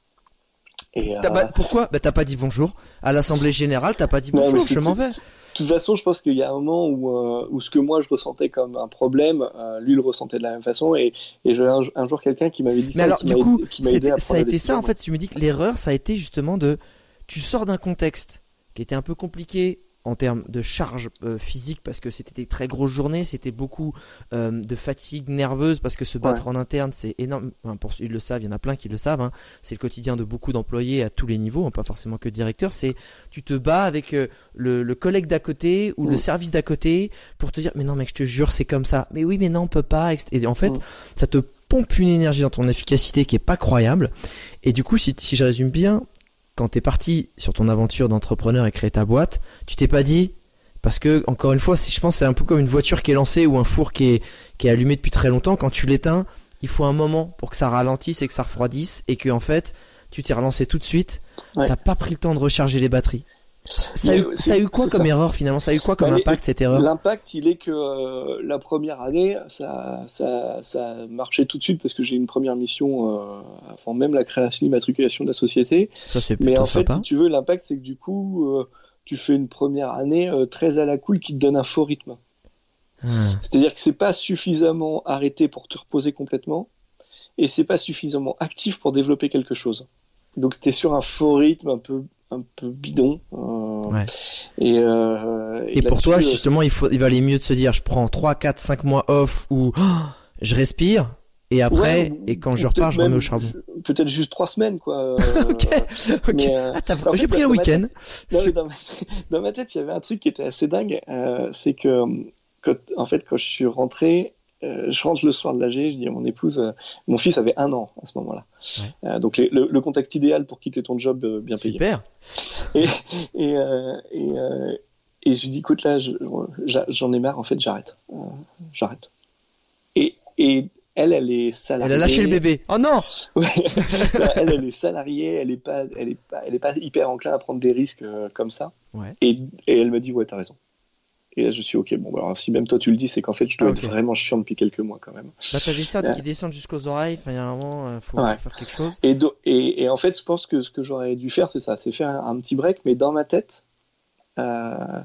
Et, T'as euh, pas- pourquoi? Bah, t'as pas dit bonjour. À l'Assemblée Générale, t'as pas dit Non, mais bonjour, c'est je m'en tout. vais. De toute façon, je pense qu'il y a un moment où, euh, où ce que moi je ressentais comme un problème, euh, lui le ressentait de la même façon. Et, et j'ai un, un jour quelqu'un qui m'avait dit Mais ça, alors, et qui du m'a coup, aidé, qui m'a aidé c'était- à ça prendre a la été décision. ça, en fait, tu me dis que l'erreur, ça a été justement de, tu sors d'un contexte qui était un peu compliqué en termes de charge euh, physique parce que c'était des très grosses journées, c'était beaucoup euh, de fatigue nerveuse parce que se battre en interne, c'est énorme. Enfin, pour ceux qui le savent, il y en a plein qui le savent, hein. C'est le quotidien de beaucoup d'employés à tous les niveaux, hein, pas forcément que directeur. C'est tu te bats avec euh, le, le collègue d'à côté ou Mm. le service d'à côté pour te dire mais non mec, je te jure, c'est comme ça. Mais oui, mais non, on peut pas. Et en fait, Mm. ça te pompe une énergie dans ton efficacité qui est pas croyable. Et du coup, si, si je résume bien, quand t'es parti sur ton aventure d'entrepreneur et créer ta boîte, tu t'es pas dit, parce que encore une fois, si je pense que c'est un peu comme une voiture qui est lancée ou un four qui est qui est allumé depuis très longtemps. Quand tu l'éteins, il faut un moment pour que ça ralentisse et que ça refroidisse et que en fait, tu t'es relancé tout de suite. Ouais. T'as pas pris le temps de recharger les batteries. Ça a, Mais eu, c'est- ça a eu quoi c'est comme ça. erreur finalement? Ça a eu quoi comme Bah, impact cette erreur? L'impact, il est que euh, la première année, ça, ça, ça marchait tout de suite parce que j'ai une première mission euh, avant même la création, l'immatriculation de la société. Ça c'est Mais plutôt en fait, sympa. si tu veux, l'impact, c'est que du coup, euh, tu fais une première année euh, très à la cool qui te donne un faux rythme. Ah. C'est-à-dire que c'est pas suffisamment arrêté pour te reposer complètement et c'est pas suffisamment actif pour développer quelque chose. Donc c'était sur un faux rythme un peu un peu bidon. Euh, Ouais. Et, euh, Et pour là-dessus, toi, euh, justement, il faut, il valait mieux de se dire, je prends trois, quatre, cinq mois off ou oh, je respire et après, ouais, ou- et quand ou je repars, peut-être je remets même- au charbon. Peut-être juste trois semaines, quoi. Euh, Ok, ok. mais, euh, Ah, t'as- en fait, j'ai pris un dans ma week-end. Non, mais dans, ma... dans ma tête, il y avait un truc qui était assez dingue. Euh, c'est que, quand, en fait, quand je suis rentré, euh, je rentre le soir de l'A G, je dis à mon épouse, euh, mon fils avait un an à ce moment-là. Ouais. Euh, donc les- le, le contexte idéal pour quitter ton job euh, bien payé. Super. Et, et, euh, et, euh, et je lui dis, écoute, là, je- j'a- j'en ai marre, en fait, j'arrête. Euh, j'arrête. Et, et elle, elle est salariée. Elle a lâché le bébé. Oh non. Ouais. elle, elle est salariée, elle est pas, elle est pas, elle est pas hyper enclin à prendre des risques euh, comme ça. Ouais. Et, et elle me dit, ouais, t'as raison. Et là, je suis ok. Bon, bah, alors, si même toi tu le dis, c'est qu'en fait, je dois Ah, ok. être vraiment chiant depuis quelques mois quand même. Là, t'as des cernes Ouais. qui descendent jusqu'aux oreilles. Enfin, il y a un moment, euh, faut Ouais. faire quelque chose. Et, do- et, et en fait, je pense que ce que j'aurais dû faire, c'est ça, c'est faire un, un petit break, mais dans ma tête, euh,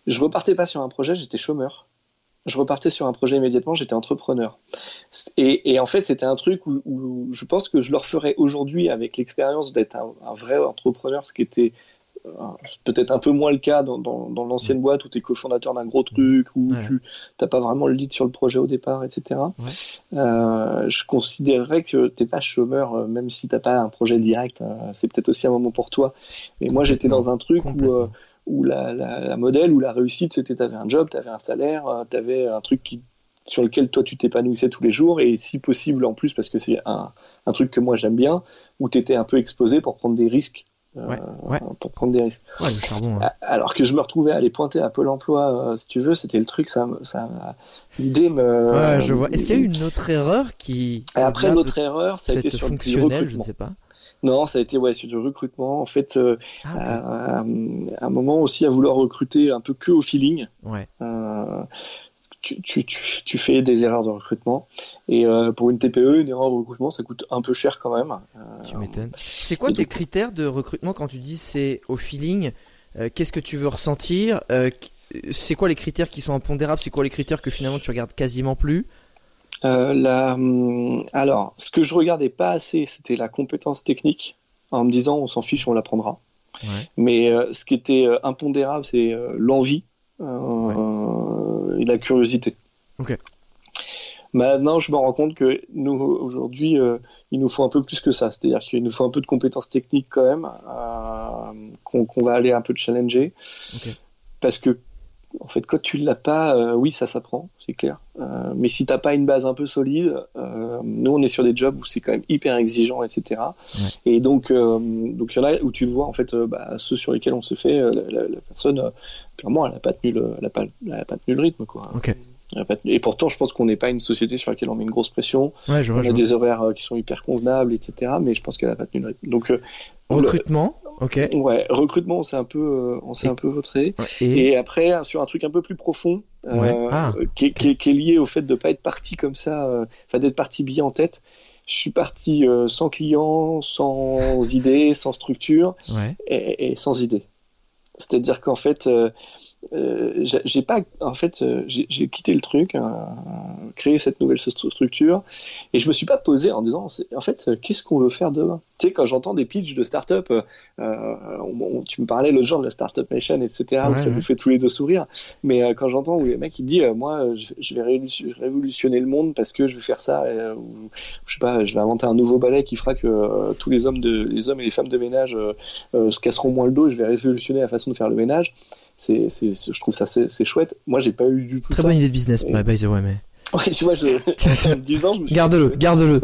je repartais pas sur un projet, j'étais chômeur. Je repartais sur un projet immédiatement, j'étais entrepreneur. Et, et en fait, c'était un truc où, où je pense que je le referais aujourd'hui avec l'expérience d'être un, un vrai entrepreneur, ce qui était euh, peut-être un peu moins le cas dans, dans, dans l'ancienne boîte où tu es cofondateur d'un gros truc, où ouais. tu n'as pas vraiment le lead sur le projet au départ, et cetera. Ouais. Euh, je considérerais que tu n'es pas chômeur, même si tu n'as pas un projet direct. Hein, c'est peut-être aussi un moment pour toi. Mais moi, j'étais dans un truc où... Euh, où la, la, la modèle ou la réussite, c'était t'avais un job, t'avais un salaire, euh, t'avais un truc qui, sur lequel toi tu t'épanouissais tous les jours, et si possible en plus, parce que c'est un, un truc que moi j'aime bien, où t'étais un peu exposé pour prendre des risques. Euh, ouais, ouais. Pour prendre des risques. Ouais, le charbon, hein. Alors que je me retrouvais à aller pointer à Pôle emploi, euh, si tu veux, c'était le truc, ça, ça l'idée me. Ouais, je vois. Est-ce qu'il y a eu une autre erreur qui. Et après, l'autre erreur, ça a été sur fonctionnel, le je ne sais pas. Non, ça a été ouais sur du recrutement. En fait, euh, ah, okay. à, à un moment aussi à vouloir recruter un peu que au feeling. Ouais. Euh, tu, tu, tu, tu fais des erreurs de recrutement. Et euh, pour une T P E, une erreur de recrutement, ça coûte un peu cher quand même. Euh, tu m'étonnes. C'est quoi tes donc... critères de recrutement quand tu dis c'est au feeling? euh, Qu'est-ce que tu veux ressentir? euh, C'est quoi les critères qui sont impondérables? C'est quoi les critères que finalement tu regardes quasiment plus? Euh, la, alors, ce que je regardais pas assez, c'était la compétence technique, en me disant on s'en fiche, on l'apprendra. Ouais. Mais euh, ce qui était euh, impondérable, c'est euh, l'envie euh, ouais. et la curiosité. Okay. Maintenant, je me rends compte que nous, aujourd'hui, euh, il nous faut un peu plus que ça. C'est-à-dire qu'il nous faut un peu de compétences techniques quand même, euh, qu'on, qu'on va aller un peu challenger. Okay. Parce que en fait, quand tu l'as pas, euh, oui, ça s'apprend, c'est clair. Euh, mais si t'as pas une base un peu solide, euh, nous on est sur des jobs où c'est quand même hyper exigeant, et cetera. Ouais. Et donc, euh, donc il y en a où tu vois en fait, euh, bah, ceux sur lesquels on se fait, euh, la, la, la personne, euh, clairement, elle a pas tenu le, elle a pas, elle a pas tenu le rythme, quoi. Okay. Et pourtant, je pense qu'on n'est pas une société sur laquelle on met une grosse pression. Ouais, je vois, on je a vois. des horaires qui sont hyper convenables, et cetera. Mais je pense qu'elle a pas tenu le rythme. Donc, euh, recrutement, le... ok. Ouais, recrutement, on s'est un peu, euh, on s'est et... un peu vautré. Ouais, et... et après, sur un truc un peu plus profond, ouais. euh, ah, qui, est, qui, est, qui est lié au fait de pas être parti comme ça, enfin euh, d'être parti billet en tête. Je suis parti euh, sans client, sans idée, sans structure, ouais. et, et sans idée. C'est-à-dire qu'en fait. Euh, Euh, j'ai pas en fait euh, j'ai, j'ai quitté le truc, euh, créé cette nouvelle structure et je me suis pas posé en disant en fait euh, qu'est-ce qu'on veut faire demain. Tu sais, quand j'entends des pitchs de start-up, euh, on, on, tu me parlais l'autre jour de la Startup Nation, et cetera, ouais, où ça ouais. nous fait tous les deux sourire, mais euh, quand j'entends où les mecs ils disent euh, moi je, je vais révolutionner le monde parce que je vais faire ça, euh, ou je sais pas, je vais inventer un nouveau balai qui fera que euh, tous les hommes de les hommes et les femmes de ménage euh, euh, se casseront moins le dos, et je vais révolutionner la façon de faire le ménage. C'est, c'est, c'est, je trouve ça c'est, c'est chouette. Moi, j'ai pas eu du tout Très ça. bonne idée de business, et... by, by the way, mais. Ouais, tu vois, je, en dix ans, je me suis garde-le, dit, garde-le.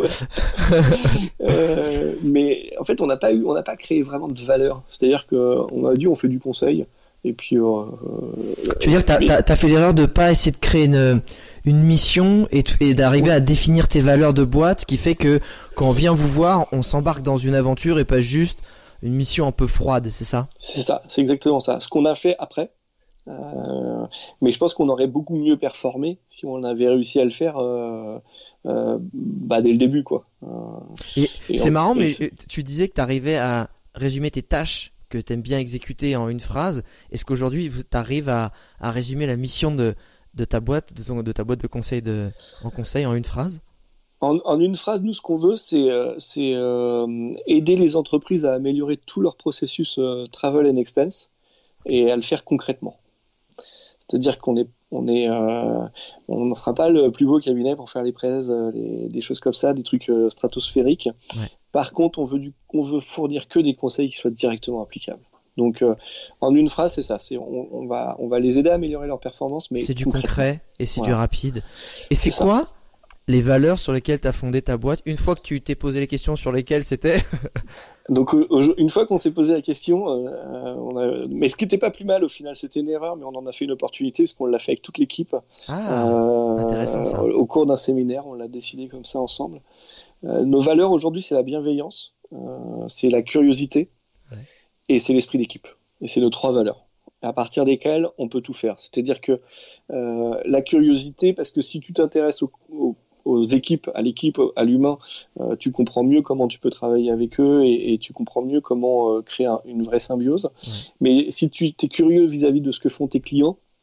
euh, mais en fait, on n'a pas eu, on n'a pas créé vraiment de valeur. C'est-à-dire que on a dit, on fait du conseil, et puis. Euh, tu veux dire que t'as, mais... t'as, t'as fait l'erreur de pas essayer de créer une, une mission et, t- et d'arriver ouais. à définir tes valeurs de boîte, qui fait que quand on vient vous voir, on s'embarque dans une aventure et pas juste une mission un peu froide, c'est ça? C'est ça, c'est exactement ça. Ce qu'on a fait après, euh, mais je pense qu'on aurait beaucoup mieux performé si on avait réussi à le faire euh, euh, bah, dès le début, quoi. Euh, et, et c'est on, marrant, mais c'est... tu disais que tu arrivais à résumer tes tâches que tu aimes bien exécuter en une phrase. Est-ce qu'aujourd'hui, tu arrives à, à résumer la mission de, de ta boîte, de, ton, de ta boîte de conseil de, en conseil en une phrase? En, en une phrase, nous, ce qu'on veut, c'est, euh, c'est euh, aider les entreprises à améliorer tout leur processus euh, travel and expense et à le faire concrètement. C'est-à-dire qu'on est, on est, euh, on ne sera pas le plus beau cabinet pour faire les prêts, les, des choses comme ça, des trucs euh, stratosphériques. Ouais. Par contre, on veut, du, on veut fournir que des conseils qui soient directement applicables. Donc, euh, en une phrase, c'est ça. C'est, on, on va, on va les aider à améliorer leur performance, mais c'est du concret et c'est voilà. du rapide. Et c'est, c'est quoi? Les valeurs sur lesquelles tu as fondé ta boîte, une fois que tu t'es posé les questions sur lesquelles c'était. Donc une fois qu'on s'est posé la question, euh, on a... mais ce qui n'était pas plus mal au final, c'était une erreur, mais on en a fait une opportunité parce qu'on l'a fait avec toute l'équipe. Ah, euh, intéressant ça. Au cours d'un séminaire, on l'a décidé comme ça ensemble. Euh, nos valeurs aujourd'hui, c'est la bienveillance, euh, c'est la curiosité ouais. et c'est l'esprit d'équipe. Et c'est nos trois valeurs. À partir desquelles on peut tout faire. C'est-à-dire que euh, la curiosité, parce que si tu t'intéresses au, au aux équipes, à l'équipe, à l'humain, euh, tu comprends mieux comment tu peux travailler avec eux et, et tu comprends mieux comment euh, créer un, une vraie symbiose. Ouais. Mais si tu es curieux vis-à-vis de ce que font tes clients,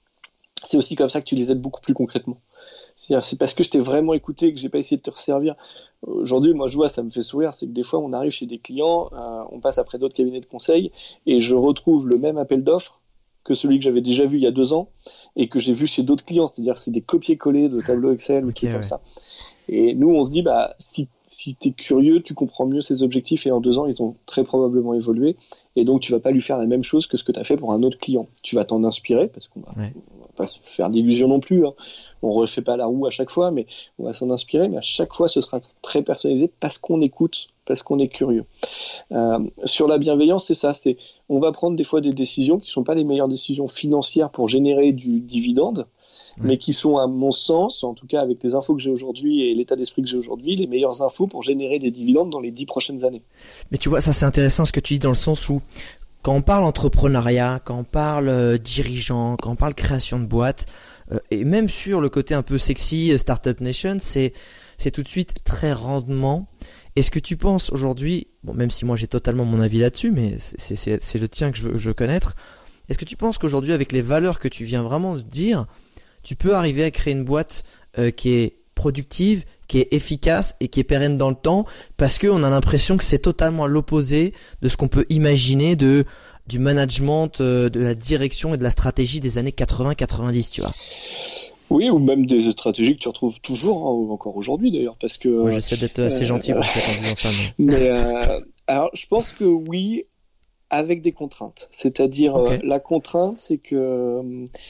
c'est aussi comme ça que tu les aides beaucoup plus concrètement. C'est-à-dire, c'est parce que je t'ai vraiment écouté que j'ai pas essayé de te resservir. Aujourd'hui, moi, je vois, ça me fait sourire, c'est que des fois, on arrive chez des clients, euh, on passe après d'autres cabinets de conseil, et je retrouve le même appel d'offres que celui que j'avais déjà vu il y a deux ans, et que j'ai vu chez d'autres clients. C'est-à-dire que c'est des copier-coller de tableaux Excel ou okay, trucs ouais. comme ça. Et nous, on se dit, bah, si, si t'es curieux, tu comprends mieux ses objectifs, et en deux ans, ils ont très probablement évolué, et donc tu vas pas lui faire la même chose que ce que tu as fait pour un autre client. Tu vas t'en inspirer, parce qu'on va, ouais. on va pas se faire d'illusions non plus, hein. On refait pas la roue à chaque fois, mais on va s'en inspirer, mais à chaque fois, ce sera très personnalisé parce qu'on écoute, parce qu'on est curieux. Euh, sur la bienveillance, c'est ça, c'est, on va prendre des fois des décisions qui sont pas les meilleures décisions financières pour générer du dividende, ouais. mais qui sont, à mon sens, en tout cas avec les infos que j'ai aujourd'hui et l'état d'esprit que j'ai aujourd'hui, les meilleures infos pour générer des dividendes dans les dix prochaines années. Mais tu vois, ça c'est intéressant ce que tu dis dans le sens où quand on parle entrepreneuriat, quand on parle euh, dirigeant, quand on parle création de boîte, euh, et même sur le côté un peu sexy, euh, Startup Nation, c'est c'est tout de suite très rendement. Est-ce que tu penses aujourd'hui, bon même si moi j'ai totalement mon avis là-dessus, mais c'est c'est c'est le tien que je veux, je veux connaître. Est-ce que tu penses qu'aujourd'hui avec les valeurs que tu viens vraiment de dire, tu peux arriver à créer une boîte euh, qui est productive, qui est efficace et qui est pérenne dans le temps, parce qu'on a l'impression que c'est totalement à l'opposé de ce qu'on peut imaginer de du management, euh, de la direction et de la stratégie des années quatre-vingts quatre-vingt-dix, tu vois. Oui, ou même des stratégies que tu retrouves toujours, hein, encore aujourd'hui d'ailleurs, parce que... Ouais, j'essaie d'être assez euh, gentil pour fait en disant ça. Mais, mais euh, alors, je pense que oui, avec des contraintes. C'est-à-dire, okay. euh, la contrainte, c'est que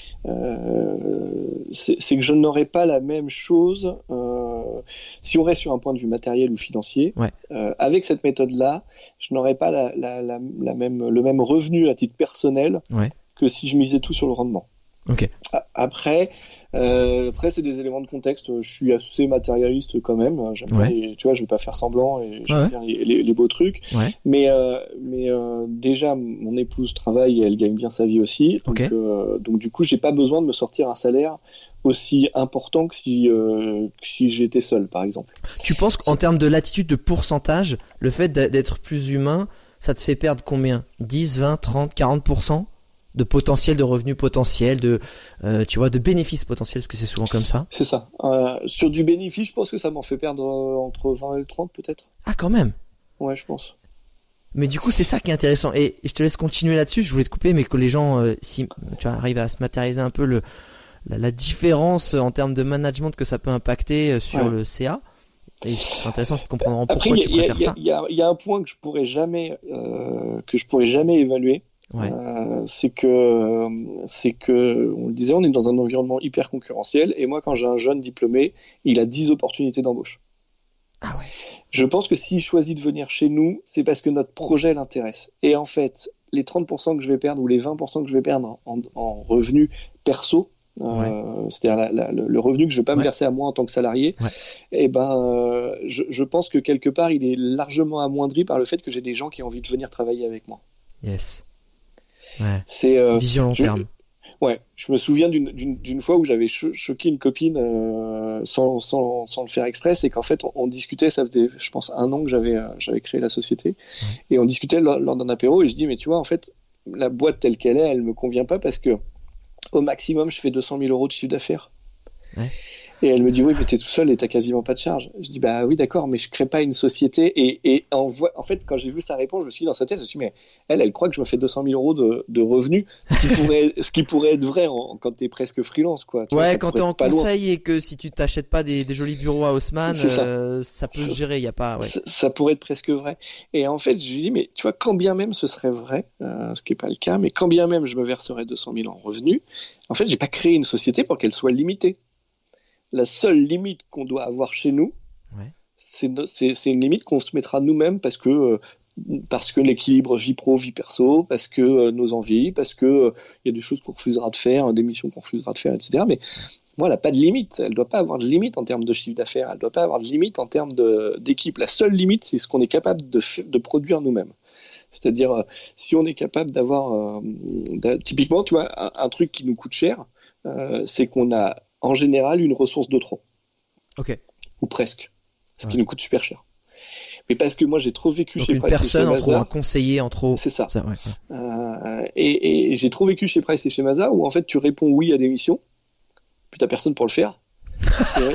euh, c'est que je n'aurai pas la même chose euh, si on reste sur un point de vue matériel ou financier. Ouais. Euh, avec cette méthode-là, je n'aurai pas la, la, la, la même, le même revenu à titre personnel ouais. que si je misais tout sur le rendement. Okay. Après, euh, après c'est des éléments de contexte. Je suis assez matérialiste quand même. J'aime ouais. bien les, tu vois, je vais pas faire semblant et j'aime ouais. bien les, les, les beaux trucs. Ouais. Mais, euh, mais euh, déjà, mon épouse travaille et elle gagne bien sa vie aussi. Donc, okay. euh, donc du coup, j'ai pas besoin de me sortir un salaire aussi important que si euh, que si j'étais seul, par exemple. Tu penses qu'en termes de latitude de pourcentage, le fait d'être plus humain, ça te fait perdre combien ? dix, vingt, trente, quarante pour cent de potentiel, de revenus potentiels, de euh, tu vois, de bénéfices potentiels, parce que c'est souvent comme ça. C'est ça. Euh, sur du bénéfice, je pense que ça m'en fait perdre euh, entre vingt et trente peut-être. Ah, quand même. Ouais, je pense. Mais du coup, c'est ça qui est intéressant. Et je te laisse continuer là-dessus. Je voulais te couper, mais que les gens, euh, si tu vois, arrivent à se matérialiser un peu le la, la différence en termes de management que ça peut impacter sur ouais. le C A. Et c'est intéressant, c'est de comprendre pourquoi Après, tu préfères y a, ça. Il y a, y a un point que je pourrais jamais, euh, que je pourrais jamais évaluer. Ouais. Euh, c'est que, c'est que, on le disait, on est dans un environnement hyper concurrentiel. Et moi, quand j'ai un jeune diplômé, il a dix opportunités d'embauche. Ah ouais. Je pense que s'il choisit de venir chez nous, c'est parce que notre projet l'intéresse. Et en fait, les trente pour cent que je vais perdre ou les vingt pour cent que je vais perdre en, en revenus perso, euh, ouais. c'est-à-dire la, la, le revenu que je ne vais pas ouais. me verser à moi en tant que salarié, ouais. et ben, euh, je, je pense que quelque part, il est largement amoindri par le fait que j'ai des gens qui ont envie de venir travailler avec moi. Yes. Ouais. C'est euh, vision long je, terme. Ouais, je me souviens d'une, d'une, d'une fois où j'avais cho- choqué une copine euh, sans, sans, sans le faire exprès, c'est qu'en fait on, on discutait, ça faisait je pense un an que j'avais, euh, j'avais créé la société, ouais. et on discutait lors, lors d'un apéro et je dis mais tu vois en fait la boîte telle qu'elle est, elle me convient pas parce que au maximum je fais deux cent mille euros de chiffre d'affaires. Ouais. Et elle me dit oui mais t'es tout seul et t'as quasiment pas de charge. Je dis bah oui d'accord mais je crée pas une société et, et en, vo- en fait quand j'ai vu sa réponse je me suis dit dans sa tête je me suis dit mais elle elle croit que je me fais deux cent mille euros de, de revenus ce qui pourrait ce qui pourrait être vrai en, quand t'es presque freelance quoi. Tu ouais vois, quand t'es en conseil loin. Et que si tu t'achètes pas des, des jolis bureaux à Haussmann euh, ça. ça peut se gérer, il y a pas ouais. ça, ça pourrait être presque vrai. Et en fait je lui dis mais tu vois quand bien même ce serait vrai euh, ce qui est pas le cas mais quand bien même je me verserais deux cent mille en revenus en fait j'ai pas créé une société pour qu'elle soit limitée. La seule limite qu'on doit avoir chez nous, ouais. c'est, c'est, c'est une limite qu'on se mettra nous-mêmes parce que, euh, parce que l'équilibre vie pro, vie perso, parce que euh, nos envies, parce que il euh, y a des choses qu'on refusera de faire, des missions qu'on refusera de faire, et cetera. Mais moi, elle n'a pas de limite. Elle ne doit pas avoir de limite en termes de chiffre d'affaires. Elle ne doit pas avoir de limite en termes de, d'équipe. La seule limite, c'est ce qu'on est capable de, f- de produire nous-mêmes. C'est-à-dire, euh, si on est capable d'avoir, euh, typiquement, tu vois, un, un truc qui nous coûte cher, euh, c'est qu'on a en général une ressource de trop. Ok. Ou presque. Ce ouais. qui nous coûte super cher. Mais parce que moi j'ai trop vécu donc chez une Price personne et chez en Mazars. trop, un conseiller en trop. C'est ça. ça ouais, ouais. Euh, et, et j'ai trop vécu chez Price et chez Mazars où en fait tu réponds oui à des missions. puis t'as personne pour le faire. Ouais.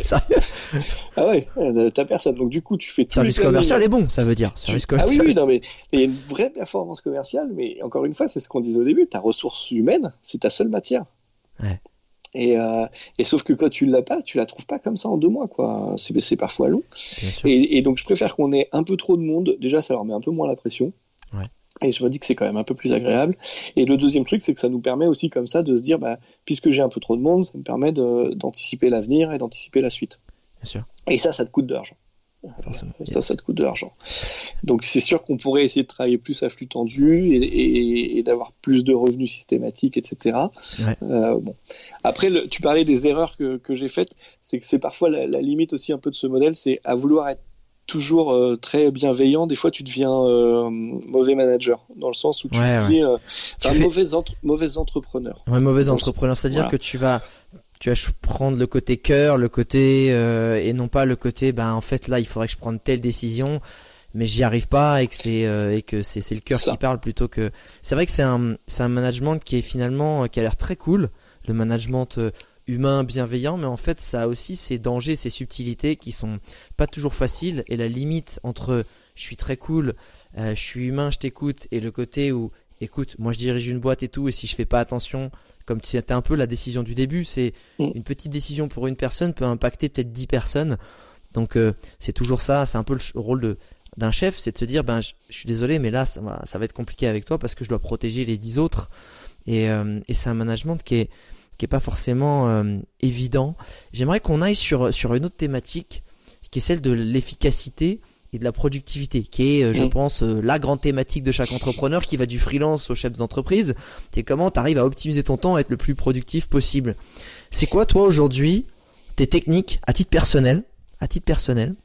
Ah ouais, t'as personne. Donc du coup, tu fais tout. Service commercial est bon, ça veut dire. Service tu... Ah oui, oui, non mais il y a une vraie performance commerciale, mais encore une fois, c'est ce qu'on disait au début. Ta ressource humaine, c'est ta seule matière. Ouais. Et, euh, et sauf que quand tu l'as pas, tu la trouves pas comme ça en deux mois, quoi. C'est, c'est parfois long. Et, et donc je préfère qu'on ait un peu trop de monde. Déjà, ça leur met un peu moins la pression. Ouais. Et je me dis que c'est quand même un peu plus agréable. Et le deuxième truc, c'est que ça nous permet aussi comme ça de se dire, bah, puisque j'ai un peu trop de monde, ça me permet de, d'anticiper l'avenir et d'anticiper la suite. Bien sûr. Et ça, ça te coûte de l'argent. Forcément. Ça, ça te coûte de l'argent. Donc c'est sûr qu'on pourrait essayer de travailler plus à flux tendu et, et, et d'avoir plus de revenus systématiques, et cetera. Ouais. Euh, bon. Après, le, tu parlais des erreurs que, que j'ai faites, c'est que c'est parfois la, la limite aussi un peu de ce modèle, c'est à vouloir être toujours euh, très bienveillant, des fois tu deviens euh, mauvais manager, dans le sens où tu ouais, deviens ouais. euh, tu un fais... mauvais, entre, mauvais entrepreneur. Ouais, mauvais entrepreneur, c'est-à-dire voilà. que tu vas tu vas prendre le côté cœur, le côté euh, et non pas le côté ben en fait là il faudrait que je prenne telle décision mais j'y arrive pas et que c'est euh, et que c'est c'est le cœur qui parle plutôt que c'est vrai que c'est un c'est un management qui est finalement qui a l'air très cool, le management euh, humain, bienveillant, mais en fait ça a aussi ses dangers, ses subtilités qui sont pas toujours faciles et la limite entre je suis très cool, euh, je suis humain, je t'écoute et le côté où écoute, moi je dirige une boîte et tout et si je fais pas attention, comme c'était un peu la décision du début, c'est mmh. une petite décision pour une personne peut impacter peut-être dix personnes. Donc euh, c'est toujours ça, c'est un peu le rôle de d'un chef, c'est de se dire ben je, je suis désolé mais là ça va ça va être compliqué avec toi parce que je dois protéger les dix autres et euh, et c'est un management qui est qui est pas forcément euh, évident. J'aimerais qu'on aille sur sur une autre thématique qui est celle de l'efficacité et de la productivité, qui est, euh, je mmh. pense, euh, la grande thématique de chaque entrepreneur qui va du freelance au chef d'entreprise. C'est comment tu arrives à optimiser ton temps et être le plus productif possible. C'est quoi, toi, aujourd'hui, tes techniques à titre personnel, à titre personnel,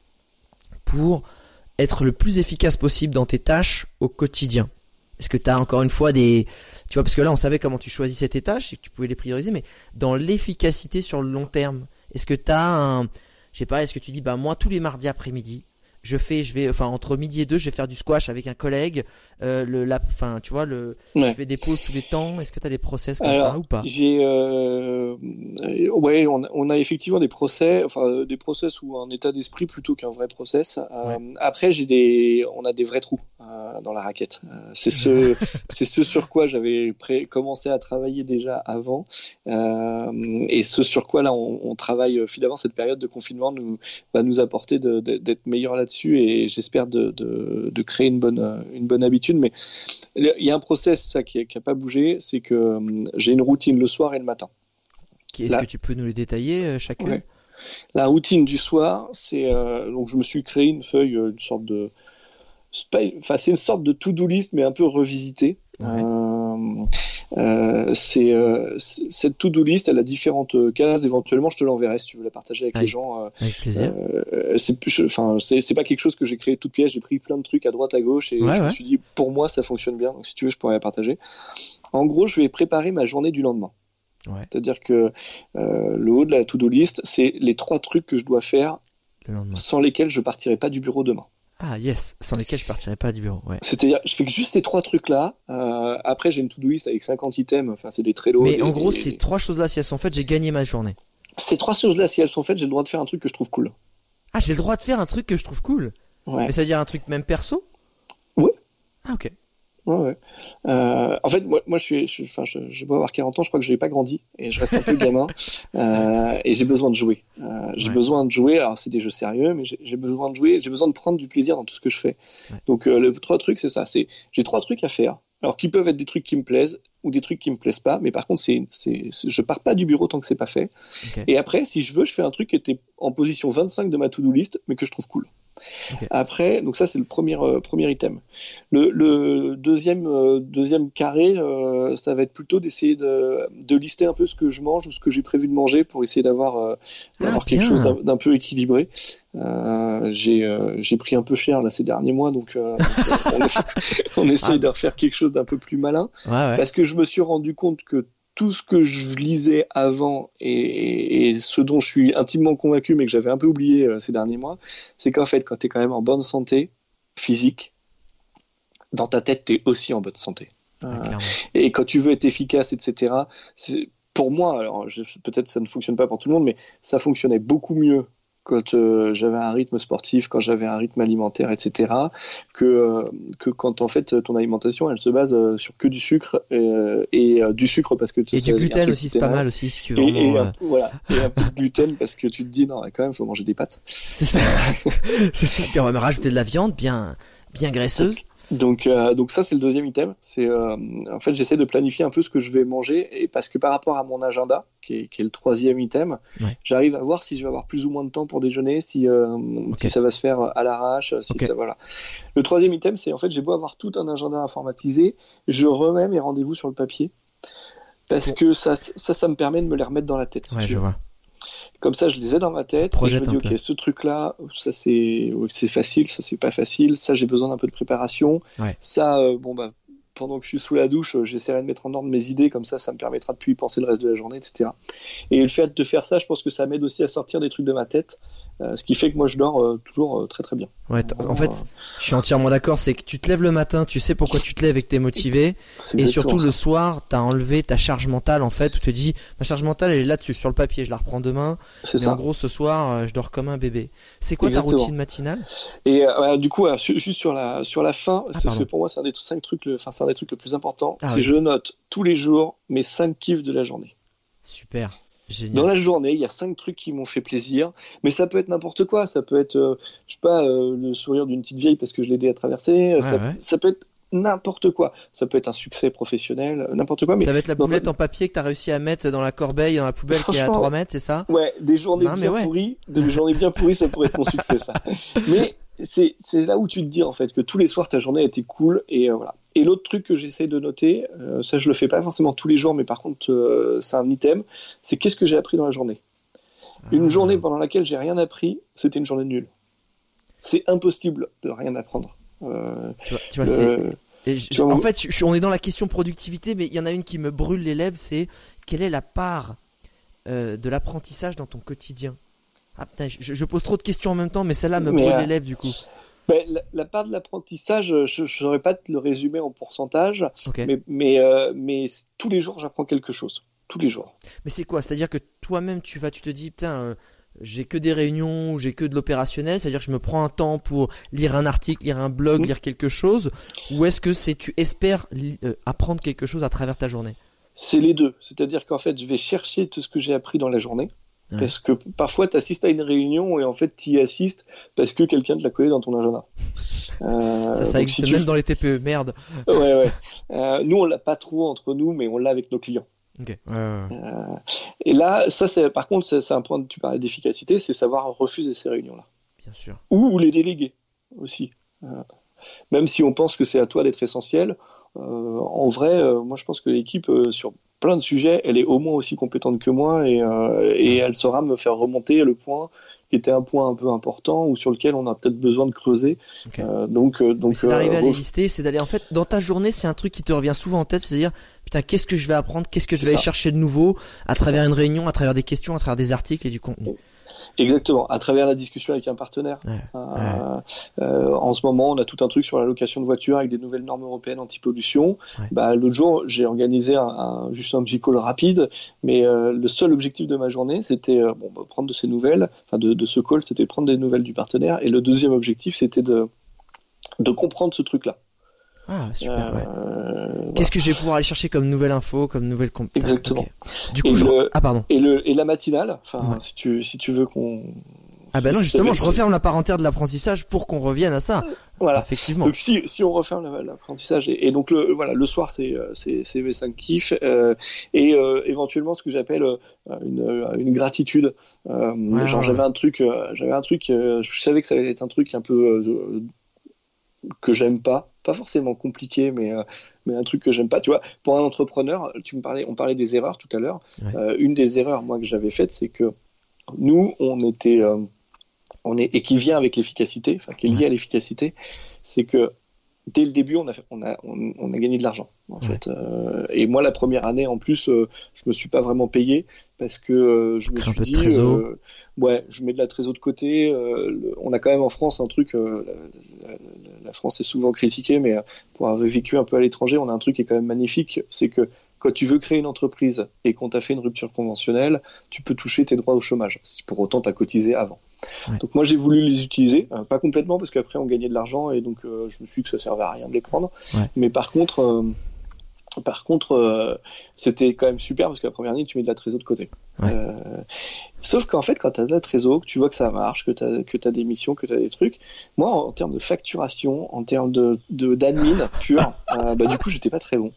pour être le plus efficace possible dans tes tâches au quotidien? Est-ce que tu as encore une fois des... Tu vois, parce que là, on savait comment tu choisissais tes tâches et que tu pouvais les prioriser, mais dans l'efficacité sur le long terme, est-ce que tu as un... Je sais pas, est-ce que tu dis, bah moi, tous les mardis après-midi, je fais, je vais, enfin entre midi et deux, je vais faire du squash avec un collègue. Euh, le, la, enfin, tu vois, le, ouais. je fais des pauses tous les temps. Est-ce que tu as des process comme Alors, ça ou pas? J'ai, euh, ouais, on, on a effectivement des process, enfin des process ou un état d'esprit plutôt qu'un vrai process. Ouais. Euh, après, j'ai des, on a des vrais trous euh, dans la raquette. Euh, c'est ce, c'est ce sur quoi j'avais pré- commencé à travailler déjà avant, euh, et ce sur quoi là on, on travaille finalement. Cette période de confinement nous va nous apporter de, de, d'être meilleurs là-dessus. Et j'espère de, de, de créer une bonne, une bonne habitude. Mais il y a un process ça, qui n'a pas bougé, c'est que euh, j'ai une routine le soir et le matin. Est-ce Là, que tu peux nous les détailler euh, chacune? Ouais. La routine du soir, c'est euh, donc je me suis créé une feuille, une sorte de, enfin c'est une sorte de to-do list mais un peu revisitée. Ouais. Euh, euh, c'est, euh, c'est cette to-do list, elle a différentes cases. Éventuellement, je te l'enverrai si tu veux la partager avec, avec les gens. Euh, avec plaisir. Euh, c'est, enfin, c'est, c'est pas quelque chose que j'ai créé toute pièce. J'ai pris plein de trucs à droite, à gauche, et ouais, je ouais. me suis dit, pour moi, ça fonctionne bien. Donc, si tu veux, je pourrais la partager. En gros, je vais préparer ma journée du lendemain. Ouais. C'est-à-dire que euh, le haut de la to-do list, c'est les trois trucs que je dois faire sans lesquels je partirai pas du bureau demain. Ah yes, sans lesquels je partirais pas du bureau. Ouais. C'est-à-dire, je fais que juste ces trois trucs-là. Euh, après, j'ai une to-do list avec cinquante items. Enfin, c'est des Trello. Mais des, en gros, des, ces des... trois choses-là, si elles sont faites, j'ai gagné ma journée. Ces trois choses-là, si elles sont faites, j'ai le droit de faire un truc que je trouve cool. Ah, j'ai le droit de faire un truc que je trouve cool. Ouais. Mais ça veut dire un truc même perso? Ouais. Ah ok. Ouais, ouais. Euh, en fait, moi, moi je suis, je, enfin, je, je vais avoir quarante ans, je crois que je n'ai pas grandi et je reste un peu gamin euh, et j'ai besoin de jouer. Euh, j'ai ouais. besoin de jouer. Alors, c'est des jeux sérieux, mais j'ai, j'ai besoin de jouer. J'ai besoin de prendre du plaisir dans tout ce que je fais. Ouais. Donc, euh, les trois trucs, c'est ça. C'est, j'ai trois trucs à faire. Alors, qui peuvent être des trucs qui me plaisent ou des trucs qui me plaisent pas, mais par contre, c'est, c'est, c'est je pars pas du bureau tant que c'est pas fait. Okay. Et après, si je veux, je fais un truc qui était en position vingt-cinq de ma to-do list, mais que je trouve cool. Okay. Après, donc ça c'est le premier euh, premier item. Le, le deuxième euh, deuxième carré, euh, ça va être plutôt d'essayer de, de lister un peu ce que je mange ou ce que j'ai prévu de manger pour essayer d'avoir euh, d'avoir ah, quelque chose d'un, d'un peu équilibré. Euh, j'ai euh, j'ai pris un peu cher là ces derniers mois, donc, euh, donc on essaie, on essaie ah. de refaire quelque chose d'un peu plus malin, ouais, ouais. parce que je me suis rendu compte que tout ce que je lisais avant et, et ce dont je suis intimement convaincu mais que j'avais un peu oublié euh, ces derniers mois, c'est qu'en fait quand tu es quand même en bonne santé physique, dans ta tête tu es aussi en bonne santé. Ouais, euh, et quand tu veux être efficace, et cetera, c'est, pour moi, alors je, peut-être ça ne fonctionne pas pour tout le monde, mais ça fonctionnait beaucoup mieux quand euh, j'avais un rythme sportif, quand j'avais un rythme alimentaire, et cetera, que, euh, que quand en fait ton alimentation elle se base euh, sur que du sucre euh, et euh, du sucre parce que tu et sais, du gluten aussi, c'est pas mal aussi si tu veux et, vraiment, et, euh... un, voilà, et un peu de gluten parce que tu te dis non, quand même, faut manger des pâtes. C'est ça, c'est ça. Puis on va me rajouter de la viande bien, bien graisseuse. Donc, euh, donc ça c'est le deuxième item. C'est euh, en fait j'essaie de planifier un peu ce que je vais manger et parce que par rapport à mon agenda, qui est, qui est le troisième item, ouais. j'arrive à voir si je vais avoir plus ou moins de temps pour déjeuner, si euh, okay. si ça va se faire à l'arrache, si okay. ça voilà. Le troisième item c'est en fait j'ai beau avoir tout un agenda informatisé, je remets mes rendez-vous sur le papier parce bon. que ça, ça ça me permet de me les remettre dans la tête. Si ouais, je vois. Comme ça, je les ai dans ma tête et je me dis, ok, ce truc-là, ça c'est, c'est facile, ça c'est pas facile, ça j'ai besoin d'un peu de préparation, ouais. ça, euh, bon bah, pendant que je suis sous la douche, j'essaierai de mettre en ordre mes idées, comme ça, ça me permettra de plus y penser le reste de la journée, et cetera. Et le fait de faire ça, je pense que ça m'aide aussi à sortir des trucs de ma tête, euh, ce qui fait que moi je dors euh, toujours euh, très très bien. Ouais, en fait, euh... je suis entièrement d'accord, c'est que tu te lèves le matin, tu sais pourquoi tu te lèves et que t'es motivé, et surtout ça. Le soir, t'as enlevé ta charge mentale en fait, où tu te dis, ma charge mentale elle est là-dessus, sur le papier, je la reprends demain, c'est mais ça. En gros ce soir, euh, je dors comme un bébé. C'est quoi Exactement. Ta routine matinale? Et euh, du coup, euh, juste sur la sur la fin, ah, c'est que pour moi c'est un des cinq trucs, enfin c'est un des trucs le plus important, ah, c'est oui. je note tous les jours mes cinq kiffs de la journée. Super. Génial. Dans la journée, il y a cinq trucs qui m'ont fait plaisir, mais ça peut être n'importe quoi. Ça peut être, euh, je sais pas, euh, le sourire d'une petite vieille parce que je l'ai aidé à traverser. Ouais, ça, ouais. ça peut être n'importe quoi. Ça peut être un succès professionnel, n'importe quoi. Mais ça va être la boulette ta... en papier que tu as réussi à mettre dans la corbeille, dans la poubelle qui est à trois mètres, c'est ça? Ouais, des journées non, bien ouais. pourries, des journées bien pourries, ça pourrait être mon succès, ça. Mais c'est, c'est là où tu te dis en fait que tous les soirs ta journée a été cool et euh, voilà. Et l'autre truc que j'essaie de noter, euh, ça je le fais pas forcément tous les jours, mais par contre euh, c'est un item, c'est qu'est-ce que j'ai appris dans la journée. Ah. Une journée pendant laquelle j'ai rien appris, c'était une journée nulle. C'est impossible de rien apprendre. Euh, tu vois, tu vois euh, c'est... Et je, tu vois, en fait, je, on est dans la question productivité, mais il y en a une qui me brûle les lèvres, c'est quelle est la part euh, de l'apprentissage dans ton quotidien? Ah putain, je, je pose trop de questions en même temps, mais celle-là me mais brûle euh... les lèvres du coup. Ben, la, la part de l'apprentissage, je ne saurais pas te le résumer en pourcentage, okay. mais, mais, euh, mais tous les jours, j'apprends quelque chose. Tous les jours. Mais c'est quoi? C'est-à-dire que toi-même, tu vas, tu te dis, putain, euh, j'ai que des réunions, j'ai que de l'opérationnel, c'est-à-dire que je me prends un temps pour lire un article, lire un blog, mmh. lire quelque chose, ou est-ce que c'est tu espères euh, apprendre quelque chose à travers ta journée? C'est les deux. C'est-à-dire qu'en fait, je vais chercher tout ce que j'ai appris dans la journée. Ouais. Parce que parfois, tu assistes à une réunion et en fait, tu y assistes parce que quelqu'un te l'a collé dans ton agenda. Euh, ça, ça existe si même tu... dans les T P E, merde. Ouais, ouais. Euh, nous, on l'a pas trop entre nous, mais on l'a avec nos clients. Okay. Ouais, ouais, ouais. Euh, et là, ça, c'est, par contre, c'est, c'est un point, tu parlais d'efficacité, c'est savoir refuser ces réunions-là. Bien sûr. Ou, ou les déléguer aussi. Euh, même si on pense que c'est à toi d'être essentiel, euh, en vrai, euh, moi, je pense que l'équipe, euh, sur plein de sujets, elle est au moins aussi compétente que moi et, euh, et elle saura me faire remonter le point qui était un point un peu important ou sur lequel on a peut-être besoin de creuser. Okay. Euh, donc, euh, donc, c'est d'arriver euh, à les lister, c'est d'aller en fait dans ta journée, c'est un truc qui te revient souvent en tête, c'est-à-dire putain qu'est-ce que je vais apprendre, qu'est-ce que je vais aller chercher de nouveau à travers une réunion, à travers des questions, à travers des articles et du contenu. Exactement, à travers la discussion avec un partenaire. Ouais, euh, ouais. Euh, en ce moment, on a tout un truc sur la location de voitures avec des nouvelles normes européennes anti-pollution. Ouais. Bah, l'autre jour, j'ai organisé un, un, juste un petit call rapide, mais euh, le seul objectif de ma journée, c'était euh, bon, bah, prendre de ces nouvelles, enfin de, de ce call, c'était prendre des nouvelles du partenaire. Et le deuxième objectif, c'était de, de comprendre ce truc-là. Ah, super, euh, ouais. Voilà. Qu'est-ce que je vais pouvoir aller chercher comme nouvelle info, comme nouvelle compétence? Exactement. Okay. Du coup, et, je... le, ah, pardon. Et, le, et la matinale, enfin, ouais. si, tu, si tu veux qu'on... Ah ben non, justement, je referme la parenthèse de l'apprentissage pour qu'on revienne à ça. Voilà. Effectivement. Donc si, si on referme l'apprentissage, et, et donc le, voilà, le soir, c'est, c'est, c'est mes cinq kiffs, euh, et euh, éventuellement ce que j'appelle euh, une, une gratitude. Euh, ouais, genre ouais, j'avais ouais. un truc, euh, j'avais un truc, euh, je savais que ça allait être un truc un peu... Euh, que j'aime pas, pas forcément compliqué, mais, euh, mais un truc que j'aime pas. Tu vois, pour un entrepreneur, tu me parlais, on parlait des erreurs tout à l'heure. Ouais. Euh, une des erreurs, moi, que j'avais faites, c'est que nous, on était, euh, on est, et qui vient avec l'efficacité, enfin, qui est lié ouais. à l'efficacité, c'est que dès le début, on a, fait, on a, on, on a gagné de l'argent, en ouais. fait. Euh, et moi, la première année, en plus, euh, je me suis pas vraiment payé parce que euh, je me Crée suis dit, euh, ouais, je mets de la trésor de côté. Euh, le, on a quand même en France un truc. Euh, la, la, la France est souvent critiquée, mais pour avoir vécu un peu à l'étranger, on a un truc qui est quand même magnifique, c'est que quand tu veux créer une entreprise et qu'on t'a fait une rupture conventionnelle, tu peux toucher tes droits au chômage, si pour autant t'as cotisé avant. Ouais. Donc moi j'ai voulu les utiliser, euh, pas complètement parce qu'après on gagnait de l'argent et donc euh, je me suis dit que ça servait à rien de les prendre. Ouais. Mais par contre, euh, par contre, euh, c'était quand même super parce que la première année tu mets de la trésor de côté. Ouais. Euh, sauf qu'en fait quand tu as de la trésor, que tu vois que ça marche, que tu as que tu as des missions, que tu as des trucs, moi en, en termes de facturation, en termes de, de d'admin pur, euh, bah du coup j'étais pas très bon.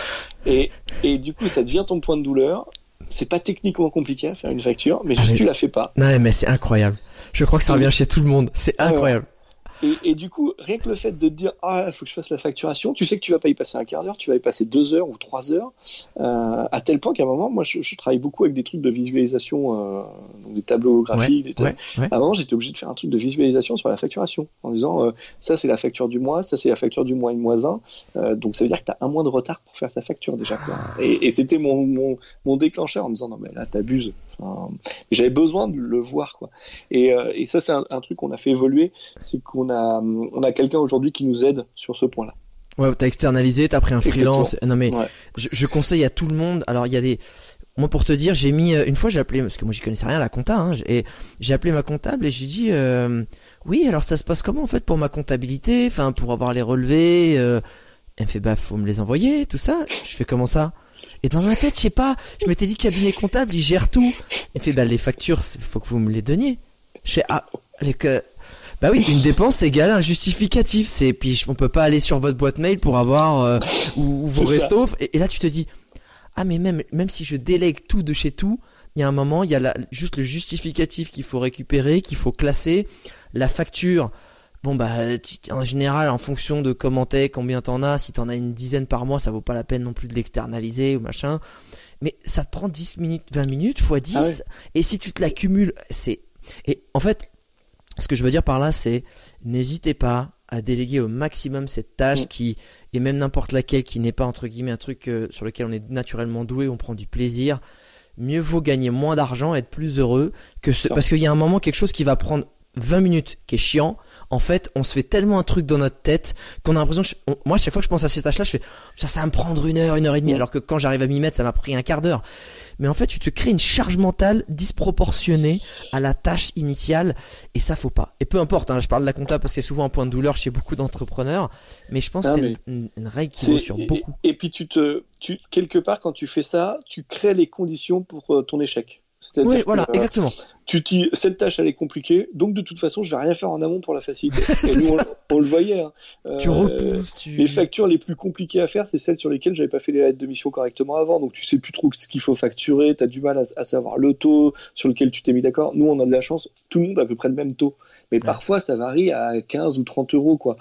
Et et du coup ça devient ton point de douleur. C'est pas techniquement compliqué à faire une facture, mais juste ah, mais... tu la fais pas. Non, mais c'est incroyable. Je crois que ça revient chez tout le monde. C'est incroyable. Et, et du coup, rien que le fait de te dire ah, il faut que je fasse la facturation, tu sais que tu vas pas y passer un quart d'heure, tu vas y passer deux heures ou trois heures, euh, à tel point qu'à un moment, moi, je, je travaille beaucoup avec des trucs de visualisation, euh, donc des tableaux graphiques. Ouais, des tab... ouais, ouais. À un moment, j'étais obligé de faire un truc de visualisation sur la facturation, en disant euh, ça c'est la facture du mois, ça c'est la facture du mois et moins un, euh, donc ça veut dire que tu as un mois de retard pour faire ta facture déjà. Quoi. Et, et c'était mon, mon, mon déclencheur en me disant non mais là t'abuses. Enfin, j'avais besoin de le voir quoi. Et, euh, et ça c'est un, un truc qu'on a fait évoluer, c'est qu'on a on a quelqu'un aujourd'hui qui nous aide sur ce point-là. Ouais, t'as externalisé, t'as pris un freelance. Exactement. Non mais ouais. je, je conseille à tout le monde. Alors il y a des, moi pour te dire, j'ai mis une fois j'ai appelé parce que moi j'y connaissais rien à la compta, hein, et j'ai appelé ma comptable et j'ai dit euh, oui alors ça se passe comment en fait pour ma comptabilité, enfin pour avoir les relevés. Euh... Elle me fait bah faut me les envoyer tout ça. Je fais comment ça? Et dans ma tête, je sais pas, je m'étais dit cabinet comptable, il gère tout. Il fait bah les factures, faut que vous me les donniez. Je fais ah les que bah oui, une dépense égale un justificatif. C'est puis on peut pas aller sur votre boîte mail pour avoir euh, ou, ou vos restos. Et, et là tu te dis ah mais même même si je délègue tout de chez tout, il y a un moment il y a la, juste le justificatif qu'il faut récupérer, qu'il faut classer, la facture. Bon bah tu, en général en fonction de comment t'es, combien t'en as, si t'en as une dizaine par mois, ça vaut pas la peine non plus de l'externaliser ou machin. Mais ça te prend dix minutes, vingt minutes fois dix. Ah ouais. Et si tu te l'accumules, c'est et en fait ce que je veux dire par là, c'est n'hésitez pas à déléguer au maximum cette tâche mmh. qui et même n'importe laquelle qui n'est pas entre guillemets un truc euh, sur lequel on est naturellement doué, on prend du plaisir. Mieux vaut gagner moins d'argent, être plus heureux que ce... parce qu'il y a un moment quelque chose qui va prendre vingt minutes qui est chiant. En fait, on se fait tellement un truc dans notre tête qu'on a l'impression que je... on... moi, chaque fois que je pense à ces tâches-là, je fais ça, ça va me prendre une heure, une heure et demie, ouais. alors que quand j'arrive à m'y mettre, ça m'a pris un quart d'heure. Mais en fait, tu te crées une charge mentale disproportionnée à la tâche initiale, et ça, faut pas. Et peu importe, hein, je parle de la compta parce que c'est souvent un point de douleur chez beaucoup d'entrepreneurs, mais je pense ah, que c'est une, une règle qui vaut sur et, beaucoup. Et puis tu te, tu quelque part quand tu fais ça, tu crées les conditions pour euh, ton échec. C'est-à-dire oui, voilà, que, euh, exactement. Tu dis, cette tâche, elle est compliquée, donc de toute façon, je vais rien faire en amont pour la faciliter. Et nous, on, on le voyait. Hein. Tu euh, repousses, tu... Les factures les plus compliquées à faire, c'est celles sur lesquelles j'avais pas fait les lettres de mission correctement avant, donc tu sais plus trop ce qu'il faut facturer, t'as du mal à, à savoir le taux sur lequel tu t'es mis d'accord. Nous, on a de la chance, tout le monde a à peu près le même taux. Mais ouais. parfois, ça varie à quinze ou trente euros, quoi.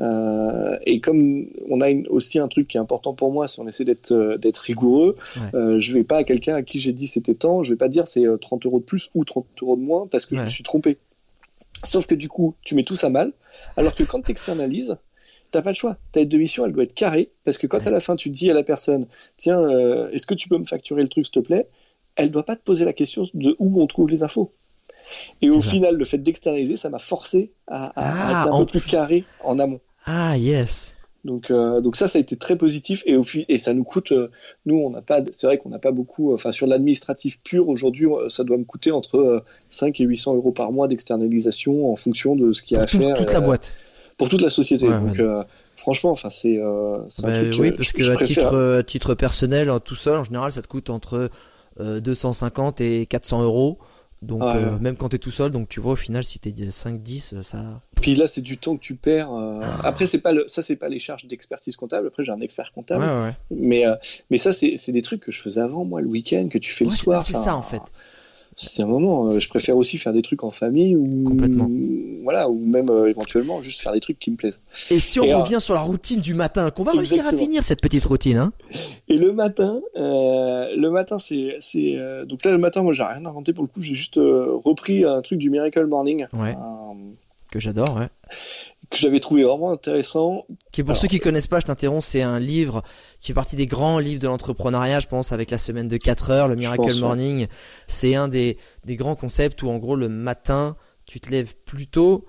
Euh, et comme on a une, aussi un truc qui est important pour moi, si on essaie d'être, euh, d'être rigoureux, ouais. euh, je vais pas à quelqu'un à qui j'ai dit c'était tant, je vais pas dire c'est trente euros de plus ou trente euros de moins, parce que ouais. je me suis trompé. Sauf que du coup, tu mets tout ça mal, alors que quand tu externalises, t'as pas le choix. Ta lettre de mission, elle doit être carrée, parce que quand ouais. à la fin, tu dis à la personne, tiens, euh, est-ce que tu peux me facturer le truc, s'il te plaît? Elle doit pas te poser la question de où on trouve les infos. Et au final, le fait d'externaliser, ça m'a forcé à, à, ah, à être un peu plus, plus carré en amont. Ah, yes. Donc, euh, donc ça, ça a été très positif et, au fi- et ça nous coûte, euh, nous, on n'a pas, c'est vrai qu'on n'a pas beaucoup, enfin, sur l'administratif pur, aujourd'hui, ça doit me coûter entre euh, cinq et huit cents euros par mois d'externalisation en fonction de ce qu'il y a à pour faire. Toute euh, la boîte. Pour toute la société. Ouais, donc, ouais. euh, franchement, enfin, c'est, euh, c'est bah, un truc. Oui, euh, parce je, que je à préfère... titre, euh, titre personnel, tout seul, en général, ça te coûte entre euh, deux cent cinquante et quatre cents euros. Donc ah, euh, ouais. même quand t'es tout seul, donc tu vois au final si t'es cinq dix, ça. Puis là c'est du temps que tu perds. Euh... Ah. Après c'est pas le, ça c'est pas les charges d'expertise comptable. Après j'ai un expert comptable. Ouais, ouais. Mais euh, mais ça c'est c'est des trucs que je faisais avant moi le week-end, que tu fais ouais, le soir. C'est, c'est ça en fait. C'est un moment. Euh, je préfère aussi faire des trucs en famille ou complètement. Voilà ou même euh, éventuellement juste faire des trucs qui me plaisent. Et si on et revient euh... sur la routine du matin, qu'on va Exactement. réussir à finir cette petite routine, hein. Et le matin, euh, le matin c'est c'est euh, donc là le matin moi j'ai rien inventé pour le coup, j'ai juste euh, repris un truc du Miracle Morning. Ouais. Euh, que j'adore, ouais. Que j'avais trouvé vraiment intéressant. Qui pour Alors, ceux qui connaissent pas, je t'interromps, c'est un livre qui fait partie des grands livres de l'entrepreneuriat, je pense, avec la semaine de quatre heures, le Miracle pense, Morning. Ouais. C'est un des, des grands concepts où, en gros, le matin, tu te lèves plus tôt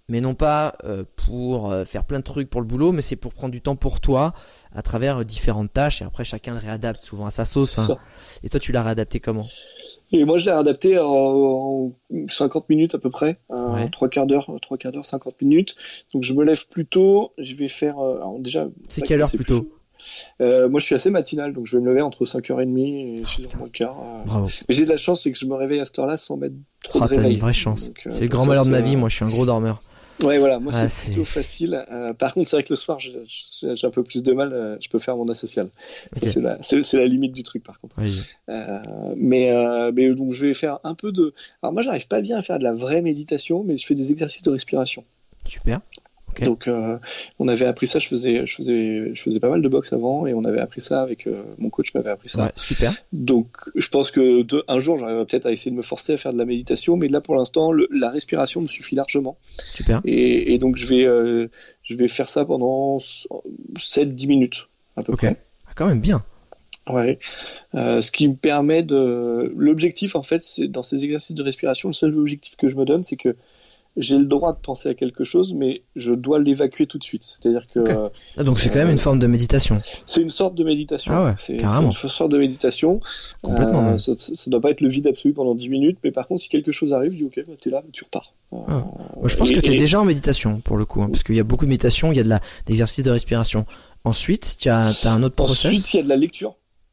mais non pas euh, pour euh, faire plein de trucs pour le boulot, mais c'est pour prendre du temps pour toi à travers euh, différentes tâches. Et après, chacun le réadapte souvent à sa sauce. Hein. Et toi, tu l'as réadapté comment ? Et moi, je l'ai réadapté en, en cinquante minutes à peu près, Ouais. trois quarts d'heure, trois quarts d'heure, cinquante minutes. Donc, je me lève plus tôt. Je vais faire. Euh, alors déjà. C'est quelle heure c'est plus plus tôt ? euh, Moi, je suis assez matinal, donc je vais me lever entre cinq heures trente et six heures moins le quart. Euh. Bravo. Mais j'ai de la chance, c'est que je me réveille à cette heure-là sans mettre trop Ah, de t'as réveil. une vraie chance. Donc, euh, c'est le donc grand ça, malheur de ma c'est, vie. euh, Moi, je suis un gros dormeur. Ouais, voilà, moi Ah, c'est c'est- plutôt facile. Euh, par contre, c'est vrai que le soir, je- je- j'ai un peu plus de mal. euh, Je peux faire mon asocial. Ça, Ok. c'est la, c'est, c'est la limite du truc, par contre. Oui. Euh, mais, euh, mais donc, je vais faire un peu de. Alors, moi, j'arrive pas bien à faire de la vraie méditation, mais je fais des exercices de respiration. Super. Ok. Donc, euh, on avait appris ça. Je faisais, je faisais, je faisais pas mal de boxe avant, et on avait appris ça avec euh, mon coach. M'avait appris ça. Ouais, super. Donc, je pense que de, un jour, j'arriverai peut-être à essayer de me forcer à faire de la méditation, mais là, pour l'instant, le, la respiration me suffit largement. Super. Et, et donc, je vais, euh, je vais faire ça pendant sept dix minutes, à peu Ok. près. Ah, quand même bien. Ouais. Euh, ce qui me permet de. L'objectif, en fait, c'est dans ces exercices de respiration, le seul objectif que je me donne, c'est que j'ai le droit de penser à quelque chose, mais je dois l'évacuer tout de suite. C'est-à-dire que Ok. euh, Ah, donc c'est quand même une forme de méditation. c'est une sorte de méditation. Ah ouais, c'est, carrément. c'est une sorte de méditation. Complètement, Euh, même. ça, ça doit pas être le vide absolu pendant dix minutes, mais par contre, si quelque chose arrive, je dis ok, bah, t'es là, tu repars. Euh, Ah. Moi, je pense et- que tu es et- déjà en méditation pour le coup, hein, parce qu'il y a beaucoup de méditation, il y a de la d'exercices de respiration. Ensuite, tu as, t'as un autre process. Ensuite, il y a de la lecture.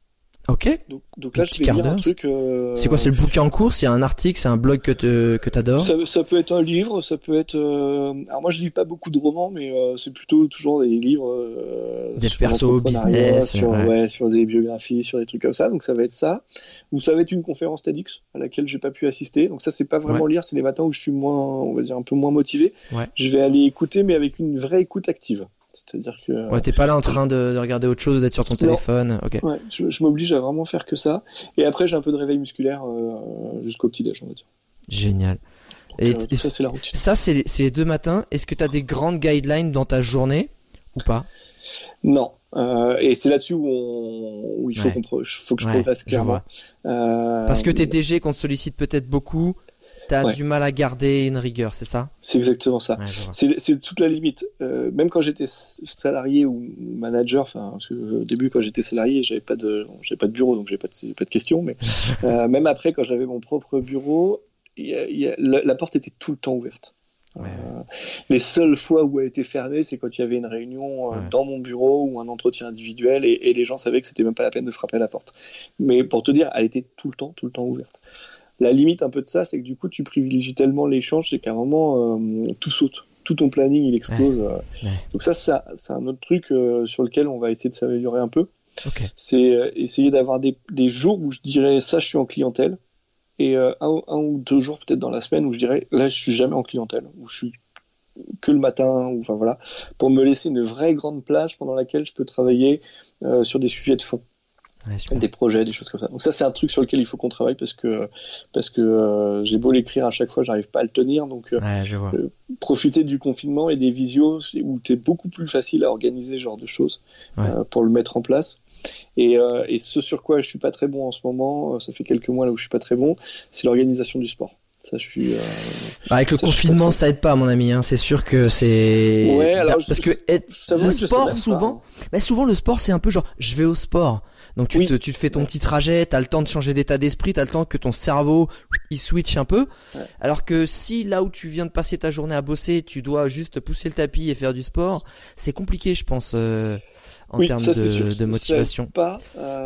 Ok. Donc, donc là, Un je petit vais quart lire un d'heure. truc. euh, C'est quoi, c'est le bouquin en cours, c'est un article, c'est un blog que te, que t'adores. Ça, ça peut être un livre, ça peut être. euh, Alors moi, je lis pas beaucoup de romans, mais euh, c'est plutôt toujours des livres. Euh, Des sur persos, l'entrepreneuriat, business, sur, ouais. ouais, sur des biographies, sur des trucs comme ça. Donc ça va être ça, ou ça va être une conférence TEDx à laquelle j'ai pas pu assister. Donc ça, c'est pas vraiment lire, c'est les matins où je suis moins, on va dire, un peu moins motivé. Ouais. Je vais aller écouter, mais avec une vraie écoute active. C'est-à-dire que. Ouais, t'es pas là en train de, de regarder autre chose ou d'être sur ton Non. téléphone. Ok. Ouais, je, je m'oblige à vraiment faire que ça. Et après, j'ai un peu de réveil musculaire euh, jusqu'au petit-déj, on va dire. Génial. Donc, Et, euh, et ça, c'est la routine. ça, c'est les, c'est les deux matins. Est-ce que t'as des grandes guidelines dans ta journée ou pas? Non. Euh, et c'est là-dessus où, on, où il faut, Ouais. qu'on pro- faut que je Ouais, progresse je clairement. vois. Euh, Parce que t'es D G, qu'on te sollicite peut-être beaucoup, t'as Ouais. du mal à garder une rigueur, c'est ça? C'est exactement ça. Ouais, je vois. C'est, c'est toute la limite. Euh, même quand j'étais salarié ou manager, enfin, parce que, au début, quand j'étais salarié, j'avais pas de, bon, j'avais pas de bureau, donc j'avais pas de, pas de questions. Mais euh, même après, quand j'avais mon propre bureau, il y a- il y a- la, la porte était tout le temps ouverte. Ouais. Euh, les seules fois où elle était fermée, c'est quand il y avait une réunion euh, Ouais. dans mon bureau ou un entretien individuel et, et les gens savaient que c'était même pas la peine de frapper à la porte. Mais pour te dire, elle était tout le temps, tout le temps ouverte. La limite un peu de ça, c'est que du coup, tu privilégies tellement l'échange, c'est qu'à un moment, euh, tout saute. Tout ton planning, il explose. euh. Ouais. Donc ça, ça, c'est un autre truc euh, sur lequel on va essayer de s'améliorer un peu. Ok. C'est euh, essayer d'avoir des, des jours où je dirais ça, je suis en clientèle. Et euh, un, un ou deux jours peut-être dans la semaine où je dirais là, je suis jamais en clientèle. Où je suis que le matin, ou enfin voilà, pour me laisser une vraie grande plage pendant laquelle je peux travailler euh, sur des sujets de fond. Ouais, super. Des projets, des choses comme ça. Donc ça, c'est un truc sur lequel il faut qu'on travaille parce que parce que euh, j'ai beau l'écrire à chaque fois, j'arrive pas à le tenir. Donc euh, Ouais, je vois. profiter du confinement et des visios où c'est beaucoup plus facile à organiser ce genre de choses Ouais. euh, pour le mettre en place. Et, euh, et ce sur quoi je suis pas très bon en ce moment, euh, ça fait quelques mois là où je suis pas très bon, c'est l'organisation du sport. Ça, je suis. Euh... Bah, avec le Ça, je suis confinement, pas très- ça aide pas, mon ami. Hein. C'est sûr que c'est. Ouais, alors, parce je- que être- je t'avoue le que je sais sport, même pas, souvent, hein. mais souvent le sport, c'est un peu genre, je vais au sport. Donc tu Oui. te, tu te fais ton Ouais. petit trajet, t'as le temps de changer d'état d'esprit, t'as le temps que ton cerveau il switch un peu. Ouais. Alors que si là où tu viens de passer ta journée à bosser, tu dois juste pousser le tapis et faire du sport, c'est compliqué, je pense, euh, en Oui, termes ça, de, c'est sûr. de Ça, ça motivation. aide pas.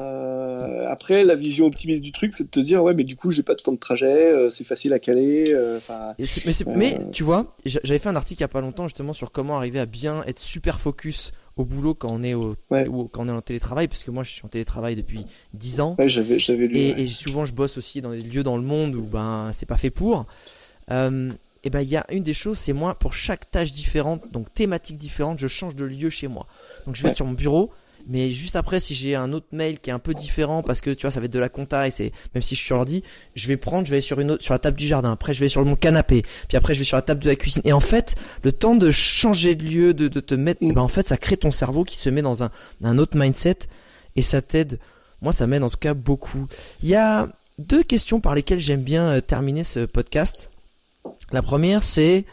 Euh, après, la vision optimiste du truc, c'est de te dire ouais, mais du coup, j'ai pas de temps de trajet, euh, c'est facile à caler. euh, Enfin, Et c'est- mais, c'est- Euh. mais tu vois, j'a- j'avais fait un article il y a pas longtemps justement sur comment arriver à bien être super focus au boulot quand on est au Ouais. ou quand on est en télétravail, parce que moi je suis en télétravail depuis dix ans ouais, j'avais, j'avais lu. et, ouais. et souvent je bosse aussi dans des lieux dans le monde où ben c'est pas fait pour. Euh, et ben il y a une des choses, c'est moi pour chaque tâche différente, donc thématique différente, je change de lieu chez moi. Donc je vais Ouais. être sur mon bureau. Mais juste après, si j'ai un autre mail qui est un peu différent, parce que tu vois, ça va être de la compta et c'est, même si je suis sur l'ordi, je vais prendre, je vais aller sur une autre, sur la table du jardin. Après, je vais sur mon canapé. Puis après, je vais sur la table de la cuisine. Et en fait, le temps de changer de lieu, de, de te mettre, Mm. ben en fait, ça crée ton cerveau qui se met dans un, un autre mindset et ça t'aide. Moi, ça m'aide en tout cas beaucoup. Il y a deux questions par lesquelles j'aime bien euh, terminer ce podcast. La première, c'est,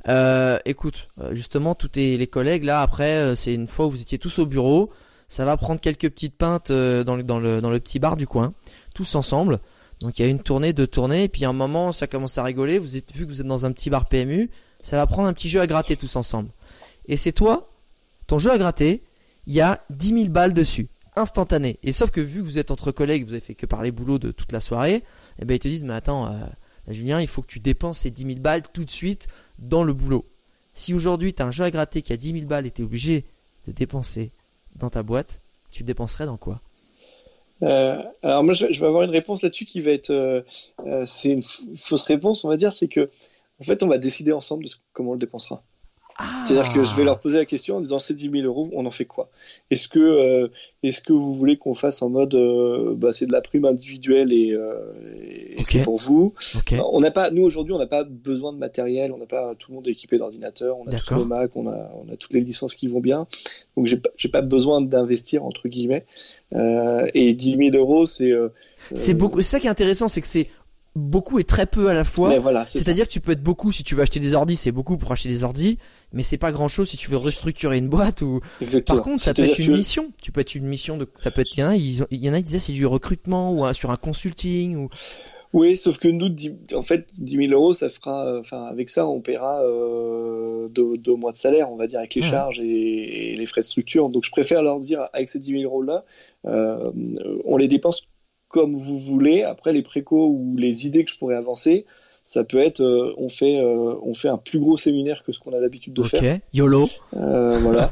Euh, écoute, euh, justement, tous tes, les collègues, là, après, euh, c'est une fois où vous étiez tous au bureau. Ça va prendre quelques petites pintes euh, dans, le, dans, le, dans le petit bar du coin, tous ensemble. Donc il y a une tournée, deux tournées, et puis à un moment, ça commence à rigoler. Vous êtes, vu que vous êtes dans un petit bar P M U, ça va prendre un petit jeu à gratter tous ensemble. Et c'est toi, ton jeu à gratter, il y a dix mille balles dessus, instantané. Et sauf que vu que vous êtes entre collègues, vous avez fait que parler boulot de toute la soirée, et ben ils te disent, mais attends, euh, là, Julien, il faut que tu dépenses ces dix mille balles tout de suite dans le boulot. Si aujourd'hui tu as un jeu à gratter qui a dix mille balles et tu es obligé de dépenser dans ta boîte, tu le dépenserais dans quoi? Euh, alors moi, je vais, je vais avoir une réponse là-dessus qui va être, euh, euh, c'est une f- fausse réponse, on va dire, c'est que, en fait, on va décider ensemble de ce- comment on le dépensera. C'est-à-dire que je vais leur poser la question en disant ces dix mille euros, on en fait quoi? Est-ce que, euh, est-ce que vous voulez qu'on fasse en mode, euh, bah, c'est de la prime individuelle et, euh, et Ok. c'est pour vous? Ok. On n'a pas, nous aujourd'hui, on n'a pas besoin de matériel, on n'a pas tout le monde est équipé d'ordinateur, on a tous D'accord. nos Mac, on a, on a toutes les licences qui vont bien, donc j'ai pas, j'ai pas besoin d'investir entre guillemets. Euh, et dix mille euros, c'est, euh, C'est beaucoup. C'est ça qui est intéressant, c'est que c'est beaucoup et très peu à la fois. mais voilà, c'est ça. C'est-à-dire que tu peux être beaucoup si tu veux acheter des ordis, c'est beaucoup pour acheter des ordis, mais c'est pas grand-chose si tu veux restructurer une boîte ou. Exactement. Par contre, ça peut être C'est-à-dire une que- mission. Tu peux être une mission de. Ça peut être. Il y en a, ils ont- il y en a qui disaient c'est du recrutement ou un- sur un consulting ou. Oui, sauf que nous, dix- en fait, dix mille euros, ça fera, euh, enfin, avec ça, on paiera euh, deux, deux mois de salaire, on va dire, avec les Ouais. charges et, et les frais de structure. Donc, je préfère leur dire, avec ces dix mille euros-là, euh, on les dépense comme vous voulez. Après, les précaux ou les idées que je pourrais avancer, ça peut être, euh, on fait, euh, on fait un plus gros séminaire que ce qu'on a l'habitude de Ok. faire. YOLO. Euh, voilà,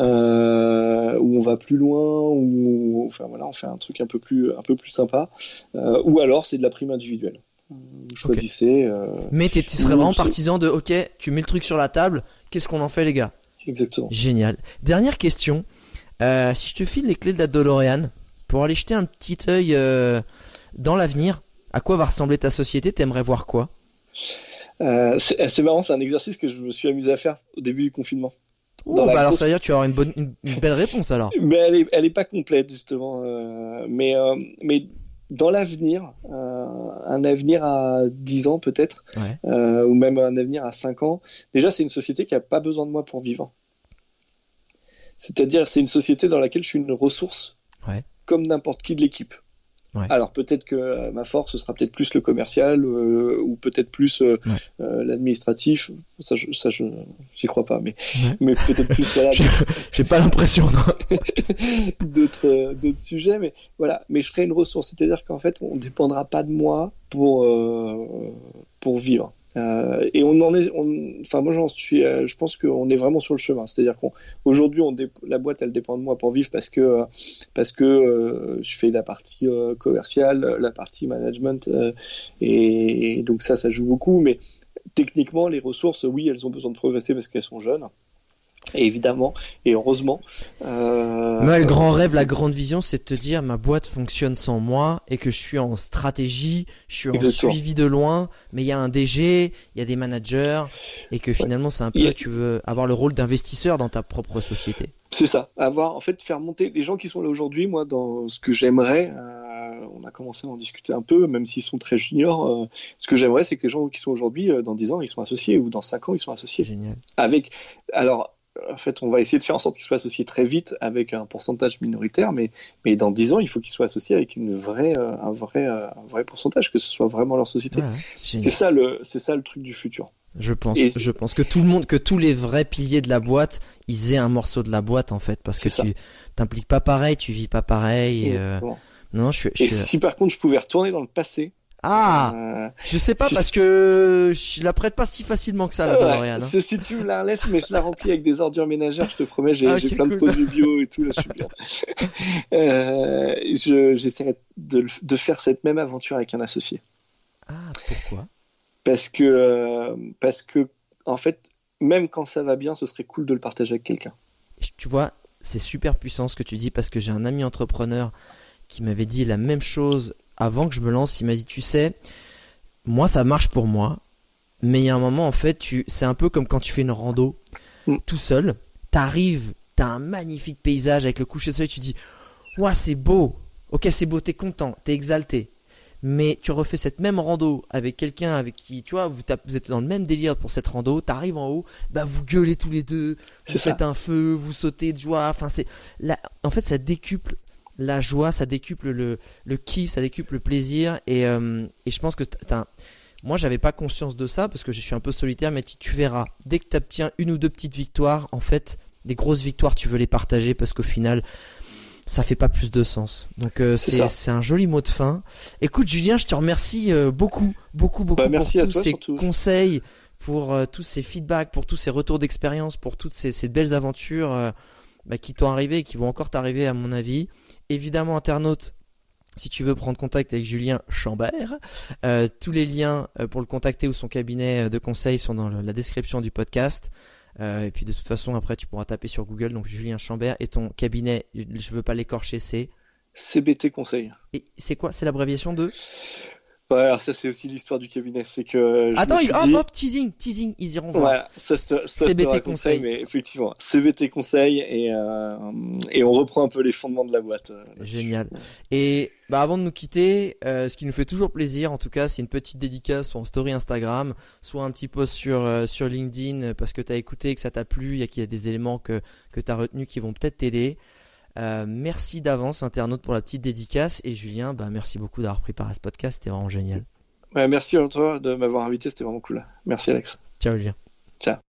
euh, où on va plus loin, ou enfin voilà, on fait un truc un peu plus, un peu plus sympa, euh, ou alors c'est de la prime individuelle. Vous choisissez. euh, Mais t'es- tu serais Ou- vraiment partisan de ok, tu mets le truc sur la table. Qu'est-ce qu'on en fait, les gars? Exactement. Génial. Dernière question. Euh, si je te file les clés de la DeLorean pour aller jeter un petit œil euh, dans l'avenir, à quoi va ressembler ta société? T'aimerais voir quoi? Euh, c'est c'est marrant, c'est un exercice que je me suis amusé à faire au début du confinement. Oh, Dans bah la alors course- ça veut dire que tu vas avoir une bonne, une, une belle réponse alors. Mais elle est, elle est pas complète justement. euh, mais, euh, mais dans l'avenir, euh, un avenir à dix ans peut-être, Ouais. euh, ou même un avenir à cinq ans. Déjà, c'est une société qui a pas besoin de moi pour vivre. C'est-à-dire, c'est une société dans laquelle je suis une ressource, Ouais. comme n'importe qui de l'équipe. Ouais. Alors peut-être que euh, ma force ce sera peut-être plus le commercial euh, ou peut-être plus euh, Ouais. euh, l'administratif. Ça, je, ça, je, j'y crois pas, mais Ouais. mais peut-être plus voilà J'ai j'ai pas l'impression. non. d'autres euh, d'autres sujets. Mais voilà, mais je serai une ressource. C'est-à-dire qu'en fait, on dépendra pas de moi pour euh, pour vivre. Euh, et on en est, on, enfin moi j'en suis, euh, je pense qu'on est vraiment sur le chemin. C'est-à-dire qu'aujourd'hui, on, dé- la boîte elle dépend de moi pour vivre parce que euh, parce que euh, je fais la partie euh, commerciale, la partie management, euh, et, et donc ça, ça joue beaucoup. Mais techniquement, les ressources, oui, elles ont besoin de progresser parce qu'elles sont jeunes. Et évidemment, et heureusement. Euh, Moi, le grand rêve, la grande vision, c'est de te dire ma boîte fonctionne sans moi et que je suis en stratégie, je suis en Exactement. suivi de loin, mais il y a un D G, il y a des managers et que finalement c'est un peu Il y a- tu veux avoir le rôle d'investisseur dans ta propre société. C'est ça, avoir en fait faire monter les gens qui sont là aujourd'hui. Moi, dans ce que j'aimerais, euh, on a commencé à en discuter un peu, même s'ils sont très juniors. Euh, ce que j'aimerais, c'est que les gens qui sont aujourd'hui, euh, dans dix ans, ils sont associés ou dans cinq ans, ils sont associés. Génial. Avec, alors, en fait, on va essayer de faire en sorte qu'ils soient associés très vite avec un pourcentage minoritaire, mais mais dans dix ans, il faut qu'ils soient associés avec une vraie, euh, un vrai, euh, un vrai pourcentage, que ce soit vraiment leur société. Ouais, ouais. C'est Génial. ça le, c'est ça le truc du futur. Je pense, Et- je pense que tout le monde, que tous les vrais piliers de la boîte, ils aient un morceau de la boîte en fait, parce que C'est tu t'impliques pas pareil, tu vis pas pareil. Et, euh, Exactement. Non, je suis. je Et suis- si par contre je pouvais retourner dans le passé. Ah, euh, je sais pas si- parce que je la prête pas si facilement que ça la Ouais, DeLorean. hein. c'est- si tu me la laisses, mais je la remplis avec des ordures ménagères, je te promets, j'ai Ah, j'ai ok, plein de cool. produits bio et tout, là, je suis bien. euh, je- J'essaierai de, le- de faire cette même aventure avec un associé. Ah, pourquoi? Parce que, euh, parce que, en fait, même quand ça va bien, ce serait cool de le partager avec quelqu'un. Tu vois, c'est super puissant ce que tu dis parce que j'ai un ami entrepreneur qui m'avait dit la même chose avant que je me lance. Il m'a dit, tu sais, moi ça marche pour moi, mais il y a un moment en fait, tu, c'est un peu comme quand tu fais une rando Mm. tout seul. T'arrives, t'as un magnifique paysage avec le coucher de soleil, tu dis, ouah c'est beau. Ok, c'est beau, t'es content, t'es exalté. mais tu refais cette même rando avec quelqu'un avec qui, tu vois, vous, vous êtes dans le même délire pour cette rando, t'arrives en haut, bah vous gueulez tous les deux, vous faites un feu, vous sautez de joie, enfin c'est, là, en fait ça décuple la joie, ça décuple le, le kiff, ça décuple le plaisir, et, euh, et je pense que t'as, moi j'avais pas conscience de ça parce que je suis un peu solitaire, mais tu, tu verras, dès que t'obtiens une ou deux petites victoires, en fait, des grosses victoires, tu veux les partager parce qu'au final, ça fait pas plus de sens. Donc euh, c'est, c'est un joli mot de fin. Écoute Julien, je te remercie euh, beaucoup, beaucoup, beaucoup bah, merci pour à tous toi, ces surtout. conseils, pour euh, tous ces feedbacks, pour tous ces retours d'expérience, pour toutes ces, ces belles aventures euh, bah, qui t'ont arrivé et qui vont encore t'arriver à mon avis. Évidemment, internaute, si tu veux prendre contact avec Julien Chambert, euh, tous les liens euh, pour le contacter ou son cabinet de conseil sont dans le, la description du podcast. Euh, et puis de toute façon après tu pourras taper sur Google, donc Julien Chambert, et ton cabinet, je veux pas l'écorcher, c'est C B T Conseil. Et c'est quoi? C'est l'abréviation de? Ouais, alors ça c'est aussi l'histoire du cabinet, c'est que je attends, me suis hop dit... hop, teasing, teasing, ils iront voir. Voilà, ça, ça, ça C B T je te Conseil, mais effectivement, C B T Conseil, et, euh, et on reprend un peu les fondements de la boîte. Euh, Génial. Et bah avant de nous quitter, euh, ce qui nous fait toujours plaisir, en tout cas, c'est une petite dédicace soit en story Instagram, soit un petit post sur euh, sur LinkedIn parce que t'as écouté, que ça t'a plu, il y a qu'il y a des éléments que que t'as retenus qui vont peut-être t'aider. Euh, merci d'avance internaute pour la petite dédicace, et Julien, bah merci beaucoup d'avoir pris part à ce podcast, c'était vraiment génial. Ouais, merci à toi de m'avoir invité, c'était vraiment cool. Merci Alex. Ciao Julien. Ciao.